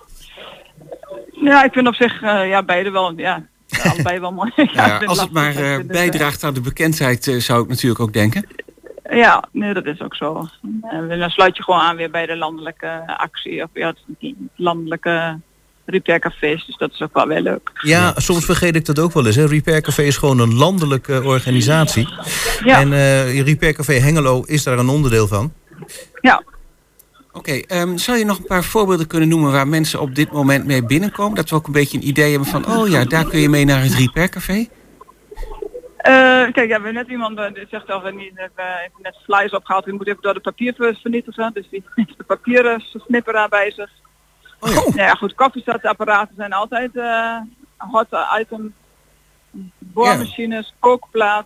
Ja, ik vind op zich uh, ja, beide wel, ja, allebei wel mooi. ja, ja, als het maar uh, bijdraagt aan de bekendheid, uh, zou ik natuurlijk ook denken. Ja, nee, dat is ook zo. En dan sluit je gewoon aan weer bij de landelijke actie. Of ja, het landelijke Repair Cafés. Dus dat is ook wel weer leuk. Ja, soms vergeet ik dat ook wel eens. Hè. Repair Café is gewoon een landelijke organisatie. Ja. En uh, Repair Café Hengelo is daar een onderdeel van. Ja. Oké, okay, um, zou je nog een paar voorbeelden kunnen noemen waar mensen op dit moment mee binnenkomen? Dat we ook een beetje een idee hebben van, oh ja, daar kun je mee naar het Repair Café? Uh, kijk, ja, we hebben net iemand uh, die zegt al, we hebben net flyers opgehaald, die moet even door de papier vernietigen. Dus die heeft de papieren snipper aan bij zich. Oh. Nou ja, goed, koffiezetapparaten zijn altijd uh, hot item. Boormachines, yeah. kookplaat.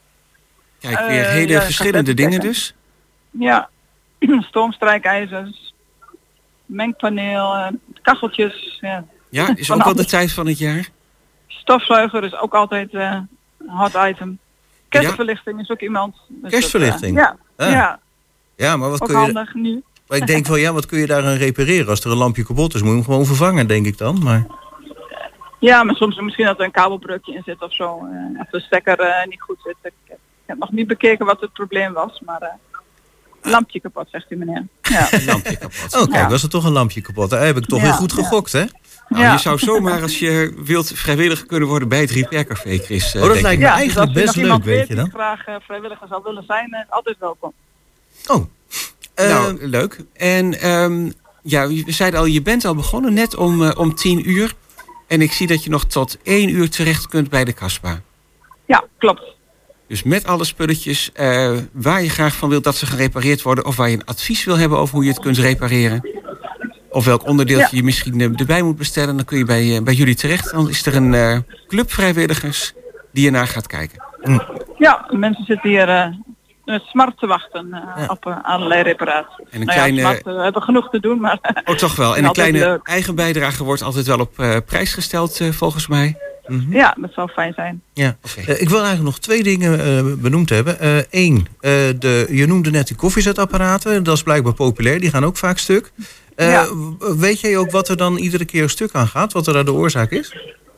Kijk, weer uh, hele ja, verschillende dingen dus. Ja, stoomstrijkijzers, mengpaneel, uh, kacheltjes. Ja, ja is ook wel de tijd van het jaar. Stofzuiger is ook altijd... Uh, hot item. Kerstverlichting ja. is ook iemand. Dus Kerstverlichting? Dat, uh, ja. Ah. ja. Ja, maar wat ook kun je... handig nu. Maar ik denk wel, ja, wat kun je daaraan repareren? Als er een lampje kapot is, moet je hem gewoon vervangen, denk ik dan. Maar... Ja, maar soms misschien dat er een kabelbreukje in zit of zo. Uh, of de stekker uh, niet goed zit. Ik, ik heb nog niet bekeken wat het probleem was, maar... Uh, lampje kapot, zegt u meneer. Ja. Lampje kapot. Oh, kijk, ja. was er toch een lampje kapot? Daar heb ik toch ja, weer goed gegokt, ja. hè? Nou, ja. Je zou zomaar, als je wilt, vrijwilliger kunnen worden bij het Repair Café, Chris. Oh, dat lijkt me ja, eigenlijk dus best leuk, weet je dan? Als graag uh, vrijwilliger zou willen zijn, uh, altijd welkom. Oh. Uh, nou, leuk. En um, ja, we zeiden al, je bent al begonnen net om, uh, om tien uur. En ik zie dat je nog tot één uur terecht kunt bij de Kasbah. Ja, klopt. Dus met alle spulletjes uh, waar je graag van wilt dat ze gerepareerd worden... of waar je een advies wil hebben over hoe je het kunt repareren... of welk onderdeeltje ja. je misschien uh, erbij moet bestellen... dan kun je bij, uh, bij jullie terecht. Dan is er een uh, club vrijwilligers die ernaar gaat kijken. Mm. Ja, mensen zitten hier uh, smart te wachten uh, ja. op uh, allerlei reparaties. En een nou kleine... ja, smart, uh, we hebben genoeg te doen, maar... Oh, toch wel. En een kleine leuk. eigen bijdrage wordt altijd wel op uh, prijs gesteld, uh, volgens mij. Mm-hmm. Ja, dat zou fijn zijn. Ja. Okay. Uh, ik wil eigenlijk nog twee dingen uh, benoemd hebben. Eén, uh, uh, de je noemde net die koffiezetapparaten. Dat is blijkbaar populair, die gaan ook vaak stuk. Uh, ja. Weet jij ook wat er dan iedere keer stuk aan gaat? Wat er daar de oorzaak is?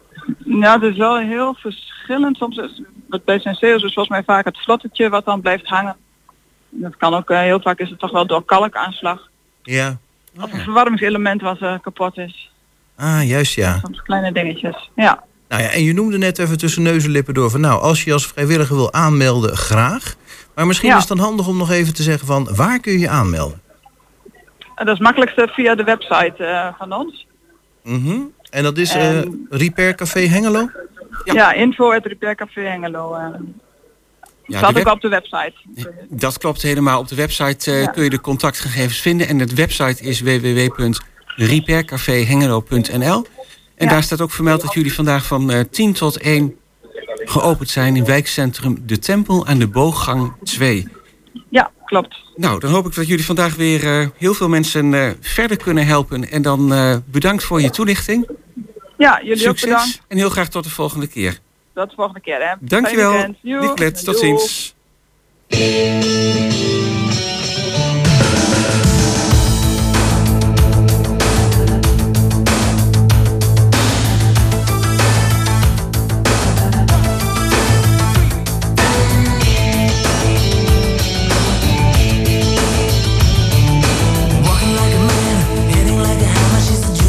Nou, het is wel heel verschillend. Soms is het bij Senseo's is volgens mij vaak het vlottertje wat dan blijft hangen. Dat kan ook, uh, heel vaak is het toch wel door kalkaanslag. Ja. Of een verwarmingselement wat uh, kapot is. Ah, juist ja. Soms kleine dingetjes, ja. Nou ja, en je noemde net even tussen neus en lippen door van... nou, als je als vrijwilliger wil aanmelden, graag. Maar misschien ja. is het dan handig om nog even te zeggen van... waar kun je je aanmelden? Dat is het makkelijkste via de website uh, van ons. Mm-hmm. En dat is uh, Repair Café Hengelo? Ja, ja info at Repair Café Hengelo. Uh, ja, staat ook web... op de website. Dat klopt helemaal. Op de website uh, ja. kun je de contactgegevens vinden. En het website is w w w punt repair café hengelo punt n l. En ja. daar staat ook vermeld dat jullie vandaag van uh, tien tot één geopend zijn... in wijkcentrum De Tempel aan de Booggang twee. Ja, klopt. Nou, dan hoop ik dat jullie vandaag weer uh, heel veel mensen uh, verder kunnen helpen. En dan uh, bedankt voor je toelichting. Ja, jullie Succes, ook bedankt. En heel graag tot de volgende keer. Tot de volgende keer, hè. Dankjewel. Nicolette, tot ziens. Walking like a man, hitting like a hammer, she's a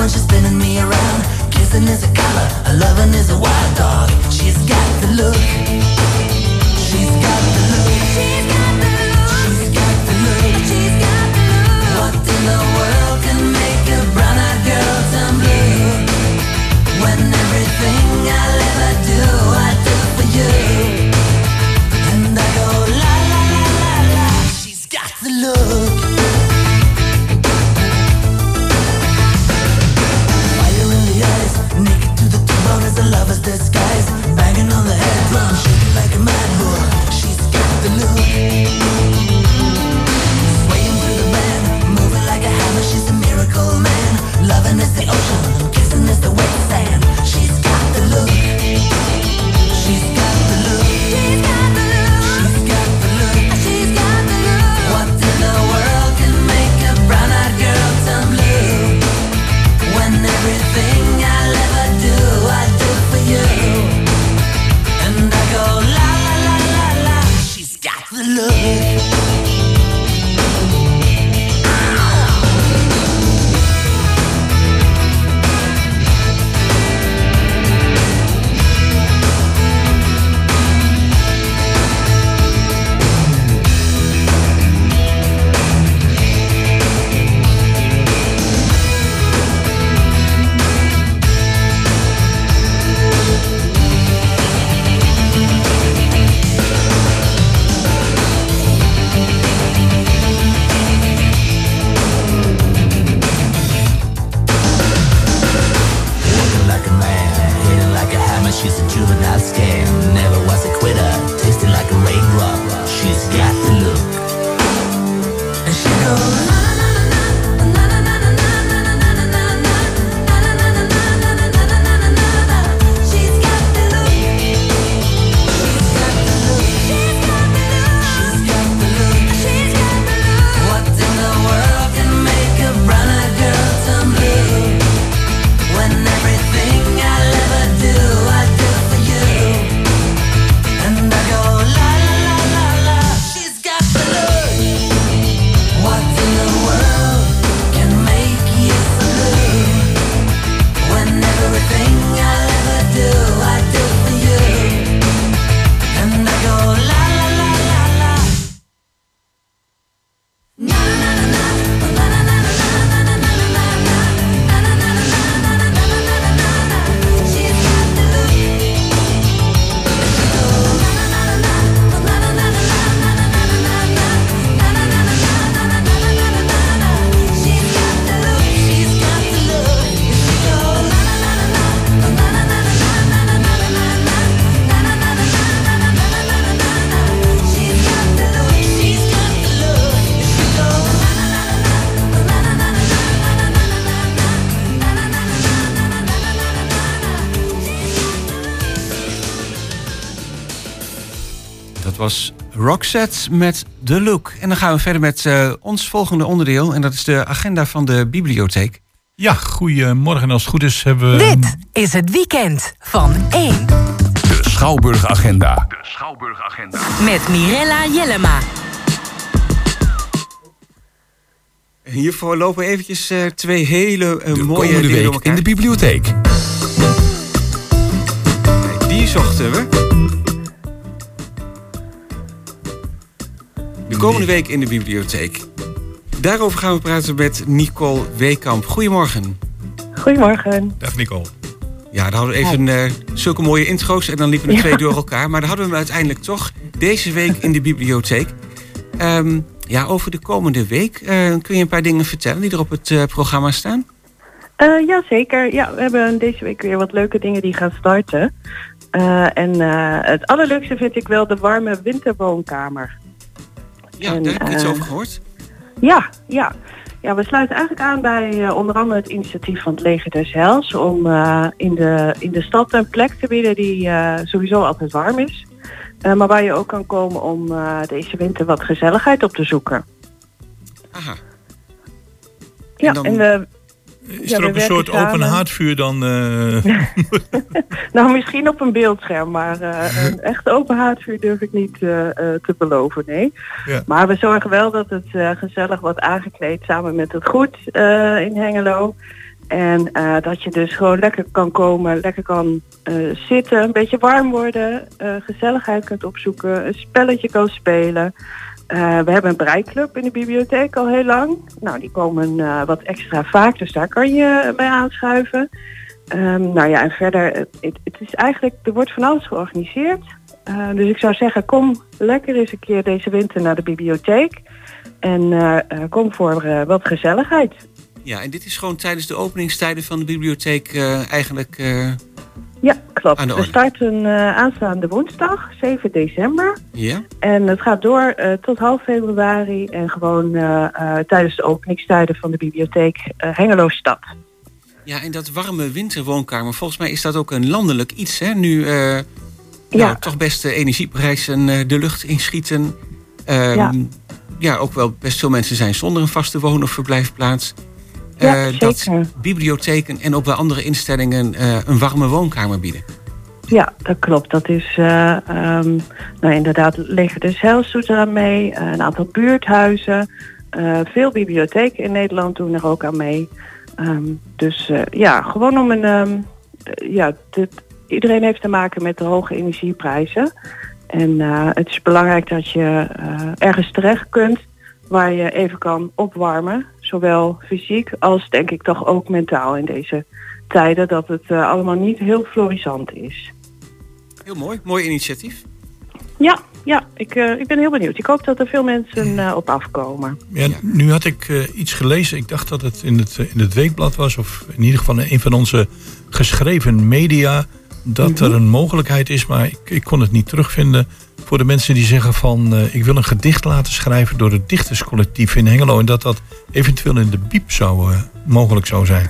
when she's spinning me around. Kissing is a color, her loving is a wild dog. She's got the look. She's got the look. She's got the look. She's got the look. She's got the look. What in the world can make a brown-eyed girl turn blue? When everything I'll ever do, I do for you. And I go la la la la la. She's got the look. Fire in the eyes, naked to the bone as a lover's disguise. Banging on the head drum, shaking like a mad bull. She's got the look. Swaying through the band, moving like a hammer. She's a miracle man. Loving is the ocean, kissing is the wet sand. She's got the look. She's got the look. She's got the look. She's got the look. She's got the look. What in the world can make a brown-eyed girl turn blue? When everything I'll ever do, I do for you. And I go la la la la la. She's got the look. She's a juvenile scam, never was a quitter, tasting like a raindrop. She's got the look. And she goes na na na na na na na na na na na na. She's got the look. She's got the look. She's got the look. She's got the look. What in the world can make a brown-eyed girl turn blue? When everything I'll ever do, I do for you. And I go la la la la la. She's got the look. What in the world can make you so blue? When everything I'll ever do, I do for you. And I go la la la la la. Na na na na na na na na na na na na na. She's got the look. Dat was Roxette met The Look. En dan gaan we verder met uh, ons volgende onderdeel. En dat is de agenda van de bibliotheek. Ja, goedemorgen. Als het goed is hebben we... Dit is het weekend van één. De Schouwburg-agenda. De Schouwburg-agenda. Met Mirella Jellema. Hiervoor lopen eventjes uh, twee hele uh, de mooie komende dingen week in de bibliotheek. Kijk, die zochten we. De komende week in de bibliotheek. Daarover gaan we praten met Nicole Weekamp. Goedemorgen. Goedemorgen. Dag Nicole. Ja, dan hadden we even uh, zulke mooie intro's en dan liepen er twee ja. door elkaar. Maar dan hadden we hem uiteindelijk toch deze week in de bibliotheek. Um, ja, over de komende week uh, kun je een paar dingen vertellen die er op het uh, programma staan? Uh, ja, zeker. Ja, we hebben deze week weer wat leuke dingen die gaan starten. Uh, en uh, het allerleukste vind ik wel de warme winterwoonkamer. Ja, en, daar heb ik uh, iets over gehoord. Ja, ja. Ja, we sluiten eigenlijk aan bij uh, onder andere het initiatief van het Leger des Heils om uh, in, de, in de stad een plek te bieden die uh, sowieso altijd warm is. Uh, maar waar je ook kan komen om uh, deze winter wat gezelligheid op te zoeken. Aha. Ja, en, dan... en we... Is ja, er ook een soort samen. open haardvuur dan? Uh... nou, misschien op een beeldscherm, maar uh, een echt open haardvuur durf ik niet uh, uh, te beloven, nee. Ja. Maar we zorgen wel dat het uh, gezellig wordt aangekleed samen met het goed uh, in Hengelo. En uh, dat je dus gewoon lekker kan komen, lekker kan uh, zitten, een beetje warm worden, uh, gezelligheid kunt opzoeken, een spelletje kan spelen. Uh, we hebben een breiklub in de bibliotheek al heel lang. Nou, die komen uh, wat extra vaak, dus daar kan je bij aanschuiven. Um, nou ja, en verder, het, het is eigenlijk, er wordt van alles georganiseerd. Uh, dus ik zou zeggen, kom lekker eens een keer deze winter naar de bibliotheek. En uh, uh, kom voor uh, wat gezelligheid. Ja, en dit is gewoon tijdens de openingstijden van de bibliotheek uh, eigenlijk uh, Ja, klopt. aan de We orde. starten uh, aanstaande woensdag, zeven december. Ja? En het gaat door uh, tot half februari en gewoon uh, uh, tijdens de openingstijden van de bibliotheek uh, Hengelo Stad. Ja, en dat warme winterwoonkamer, volgens mij is dat ook een landelijk iets, hè? Nu uh, Ja. nou, toch best de energieprijzen uh, de lucht inschieten. Um, Ja. ja, ook wel best veel mensen zijn zonder een vaste woon- of verblijfplaats. Ja, Uh, dat zeker. bibliotheken en ook wel andere instellingen uh, een warme woonkamer bieden. Ja, dat klopt. Dat is uh, um, nou inderdaad, Leger des Heils doet eraan mee. Uh, een aantal buurthuizen. Uh, veel bibliotheken in Nederland doen er ook aan mee. Um, dus uh, ja, gewoon om een... Um, uh, ja, dit, iedereen heeft te maken met de hoge energieprijzen. En uh, het is belangrijk dat je uh, ergens terecht kunt waar je even kan opwarmen. Zowel fysiek als denk ik toch ook mentaal in deze tijden. Dat het uh, allemaal niet heel florissant is. Heel mooi, mooi initiatief. Ja, ja ik, uh, ik ben heel benieuwd. Ik hoop dat er veel mensen uh, op afkomen. Ja, nu had ik uh, iets gelezen. Ik dacht dat het in het, in het weekblad was. Of in ieder geval een van onze geschreven media. Dat Mhm. er een mogelijkheid is. Maar ik, ik kon het niet terugvinden. Voor de mensen die zeggen van... Uh, ik wil een gedicht laten schrijven door het dichterscollectief in Hengelo. En dat dat eventueel in de Biep zou, uh, mogelijk zou zijn.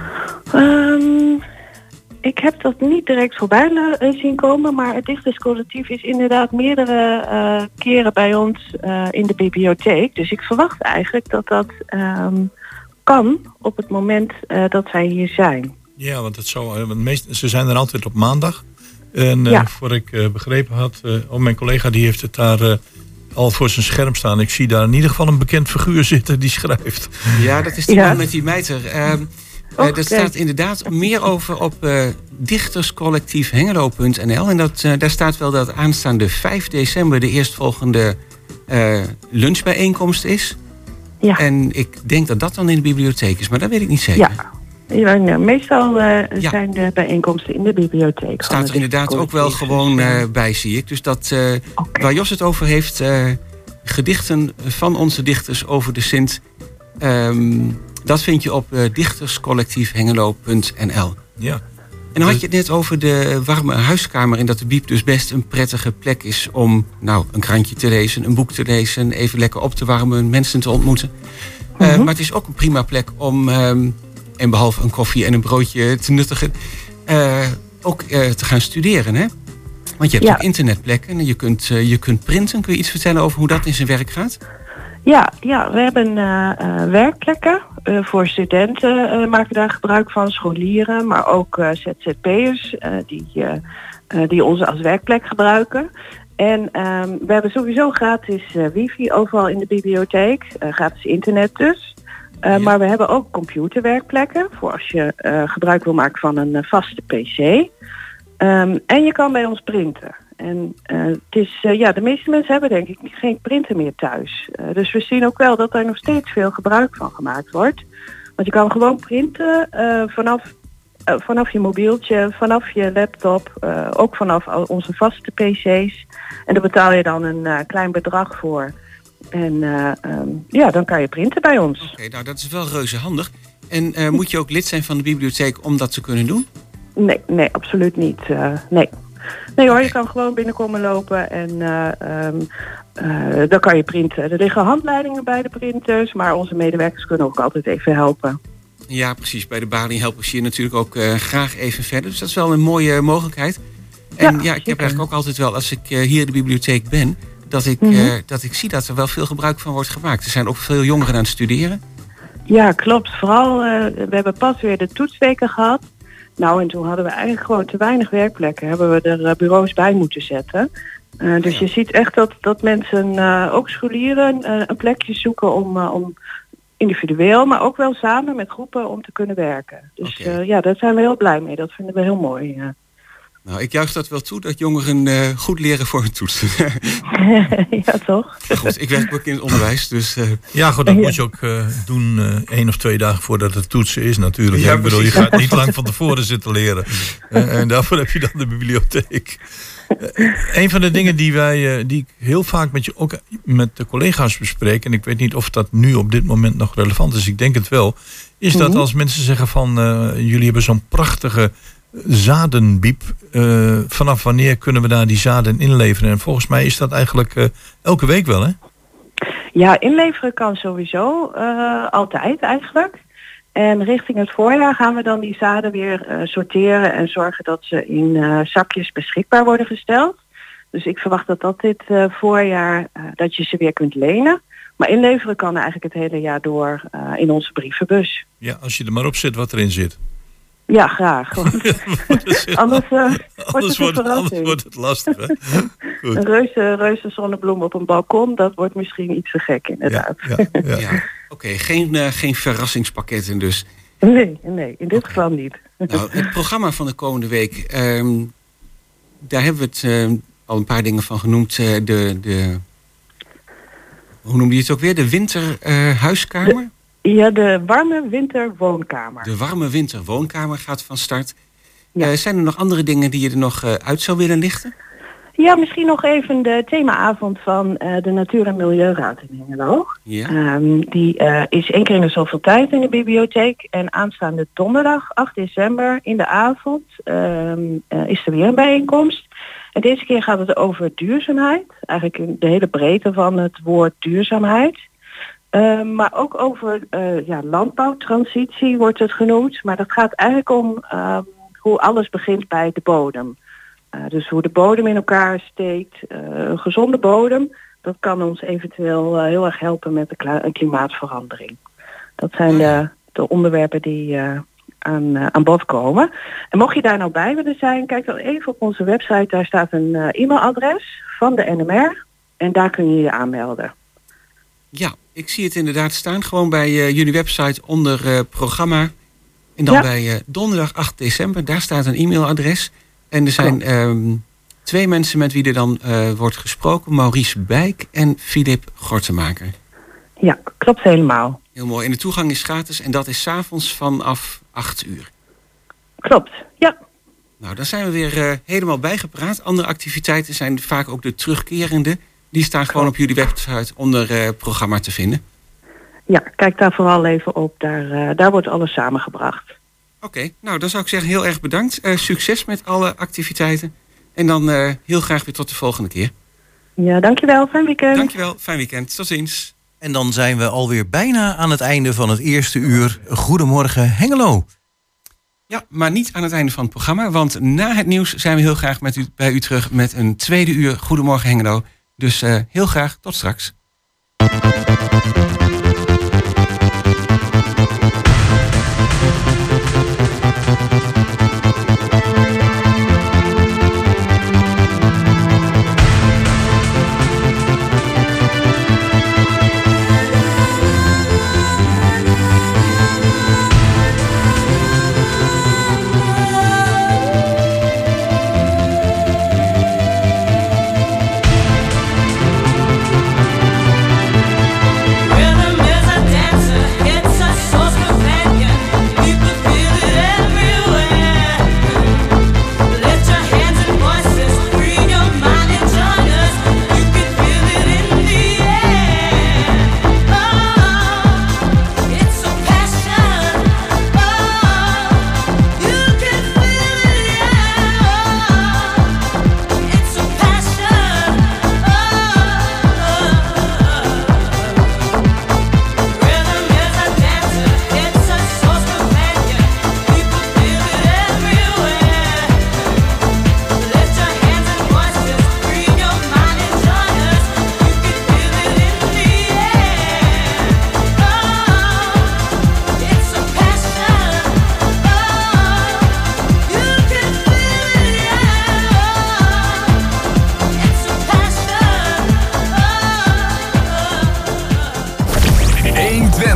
Um, ik heb dat niet direct voorbij uh, zien komen. Maar het dichterscollectief is inderdaad meerdere uh, keren bij ons uh, in de bibliotheek. Dus ik verwacht eigenlijk dat dat um, kan op het moment uh, dat wij hier zijn. Ja, want het zou, uh, want meest, ze zijn er altijd op maandag. En uh, Ja. voor ik uh, begrepen had... Uh, oh, mijn collega die heeft het daar... Uh, al voor zijn scherm staan. Ik zie daar in ieder geval een bekend figuur zitten die schrijft. Ja, dat is die Ja. man met die mijter. Uh, uh, Och, er staat kijk. inderdaad meer over op uh, dichterscollectief hengelo punt n l. En dat, uh, daar staat wel dat aanstaande vijf december... de eerstvolgende uh, lunchbijeenkomst is. Ja. En ik denk dat dat dan in de bibliotheek is. Maar dat weet ik niet zeker. Ja. Ja, nou, meestal uh, zijn de bijeenkomsten in de bibliotheek. Staat er inderdaad ook wel gewoon uh, bij, zie ik. Dus dat uh, Okay. waar Jos het over heeft... Uh, gedichten van onze dichters over de Sint... Um, dat vind je op uh, dichterscollectief hengelo punt n l. Ja. En dan had je het net over de warme huiskamer... en dat de Biep dus best een prettige plek is... om nou, een krantje te lezen, een boek te lezen... even lekker op te warmen, mensen te ontmoeten. Uh, Mhm. maar het is ook een prima plek om... Um, en behalve een koffie en een broodje te nuttigen... Uh, ook uh, te gaan studeren, hè? Want je hebt Ja. ook internetplekken en je kunt, uh, je kunt printen. Kun je iets vertellen over hoe dat in zijn werk gaat? Ja, ja, we hebben uh, uh, werkplekken. Uh, voor studenten uh, maken daar gebruik van, scholieren, maar ook uh, Z Z P'ers uh, die, uh, uh, die ons als werkplek gebruiken. En um, we hebben sowieso gratis uh, wifi overal in de bibliotheek, uh, gratis internet dus. Uh, Ja. Maar we hebben ook computerwerkplekken voor als je uh, gebruik wil maken van een uh, vaste pc. Um, en je kan bij ons printen. En uh, het is, uh, ja, de meeste mensen hebben denk ik geen printer meer thuis. Uh, dus we zien ook wel dat daar nog steeds veel gebruik van gemaakt wordt. Want je kan gewoon printen uh, vanaf, uh, vanaf je mobieltje, vanaf je laptop, uh, ook vanaf al onze vaste pc's. En daar betaal je dan een uh, klein bedrag voor. En uh, um, ja, dan kan je printen bij ons. Oké, nou dat is wel reuze handig. En uh, moet je ook lid zijn van de bibliotheek om dat te kunnen doen? Nee, nee, absoluut niet. Uh, nee. Nee hoor, je kan gewoon binnenkomen lopen en uh, um, uh, dan kan je printen. Er liggen handleidingen bij de printers, maar onze medewerkers kunnen ook altijd even helpen. Ja, precies. Bij de balie helpen ze je natuurlijk ook uh, graag even verder. Dus dat is wel een mooie mogelijkheid. En ja, ja ik heb eigenlijk ook altijd wel, als ik uh, hier in de bibliotheek ben... Dat ik, Mm-hmm. uh, dat ik zie dat er wel veel gebruik van wordt gemaakt. Er zijn ook veel jongeren aan het studeren. Ja, klopt. Vooral, uh, we hebben pas weer de toetsweken gehad. Nou, en toen hadden we eigenlijk gewoon te weinig werkplekken. Hebben we er uh, bureaus bij moeten zetten. Uh, dus ja. je ziet echt dat, dat mensen, uh, ook scholieren, uh, een plekje zoeken om, uh, om individueel, maar ook wel samen met groepen om te kunnen werken. Dus Okay. uh, ja, daar zijn we heel blij mee. Dat vinden we heel mooi. Ja. Nou, ik juich dat wel toe, dat jongeren uh, goed leren voor hun toetsen. Ja, toch? Goed, ik werk ook in het onderwijs, dus... Uh... Ja, goed, dat moet je ook uh, doen uh, één of twee dagen voordat het toetsen is natuurlijk. Ja, ik bedoel, je precies. gaat niet lang van tevoren zitten leren. Uh, en daarvoor heb je dan de bibliotheek. Uh, een van de dingen die wij, uh, die ik heel vaak met je ook met de collega's bespreek, en ik weet niet of dat nu op dit moment nog relevant is, ik denk het wel, is dat als mensen zeggen van uh, jullie hebben zo'n prachtige zadenbiep, uh, vanaf wanneer kunnen we daar die zaden inleveren? En volgens mij is dat eigenlijk uh, elke week wel, hè? Ja, inleveren kan sowieso uh, altijd eigenlijk. En richting het voorjaar gaan we dan die zaden weer uh, sorteren en zorgen dat ze in uh, zakjes beschikbaar worden gesteld. Dus ik verwacht dat dat dit uh, voorjaar, uh, dat je ze weer kunt lenen. Maar inleveren kan eigenlijk het hele jaar door uh, in onze brievenbus. Ja, als je er maar op zet wat erin zit. Ja, graag. anders, uh, anders, wordt wordt, anders wordt het lastig, hè? Goed. Een reuze, reuze zonnebloem op een balkon, dat wordt misschien iets te gek inderdaad. Ja, ja, ja. ja. Oké, okay, geen, uh, geen verrassingspakketten dus. Nee, nee, in dit okay. geval niet. Nou, het programma van de komende week, um, daar hebben we het uh, al een paar dingen van genoemd. Uh, de, de, hoe noemde je het ook weer? De winterhuiskamer? Uh, Ja, de warme winterwoonkamer. De warme winterwoonkamer gaat van start. Ja. Uh, zijn er nog andere dingen die je er nog uh, uit zou willen lichten? Ja, misschien nog even de themaavond van uh, de Natuur- en Milieuraad in Hengelo. Ja. Um, die uh, is één keer in de zoveel tijd in de bibliotheek. En aanstaande donderdag, acht december, in de avond, um, uh, is er weer een bijeenkomst. En deze keer gaat het over duurzaamheid. Eigenlijk de hele breedte van het woord duurzaamheid. Uh, maar ook over uh, ja, landbouwtransitie wordt het genoemd. Maar dat gaat eigenlijk om uh, hoe alles begint bij de bodem. Uh, dus hoe de bodem in elkaar steekt. Uh, een gezonde bodem, dat kan ons eventueel uh, heel erg helpen met de kla- klimaatverandering. Dat zijn de, de onderwerpen die uh, aan, uh, aan bod komen. En mocht je daar nou bij willen zijn, kijk dan even op onze website. Daar staat een uh, e-mailadres van de N M R. En daar kun je je aanmelden. Ja, ik zie het inderdaad staan. Gewoon bij uh, jullie website onder uh, programma. En dan ja. bij uh, donderdag acht december. Daar staat een e-mailadres. En er zijn um, twee mensen met wie er dan uh, wordt gesproken. Maurice Bijk en Filip Gortemaker. Ja, klopt helemaal. Heel mooi. En de toegang is gratis. En dat is 's avonds vanaf acht uur. Klopt, ja. Nou, dan zijn we weer uh, helemaal bijgepraat. Andere activiteiten zijn vaak ook de terugkerende. Die staan gewoon op jullie website onder uh, programma te vinden. Ja, kijk daar vooral even op. Daar, uh, daar wordt alles samengebracht. Oké, okay, nou dan zou ik zeggen heel erg bedankt. Uh, succes met alle activiteiten. En dan uh, heel graag weer tot de volgende keer. Ja, dankjewel. Fijn weekend. Dankjewel. Fijn weekend. Tot ziens. En dan zijn we alweer bijna aan het einde van het eerste uur. Goedemorgen Hengelo. Ja, maar niet aan het einde van het programma. Want na het nieuws zijn we heel graag met u, bij u terug met een tweede uur Goedemorgen Hengelo. Dus uh, heel graag tot straks.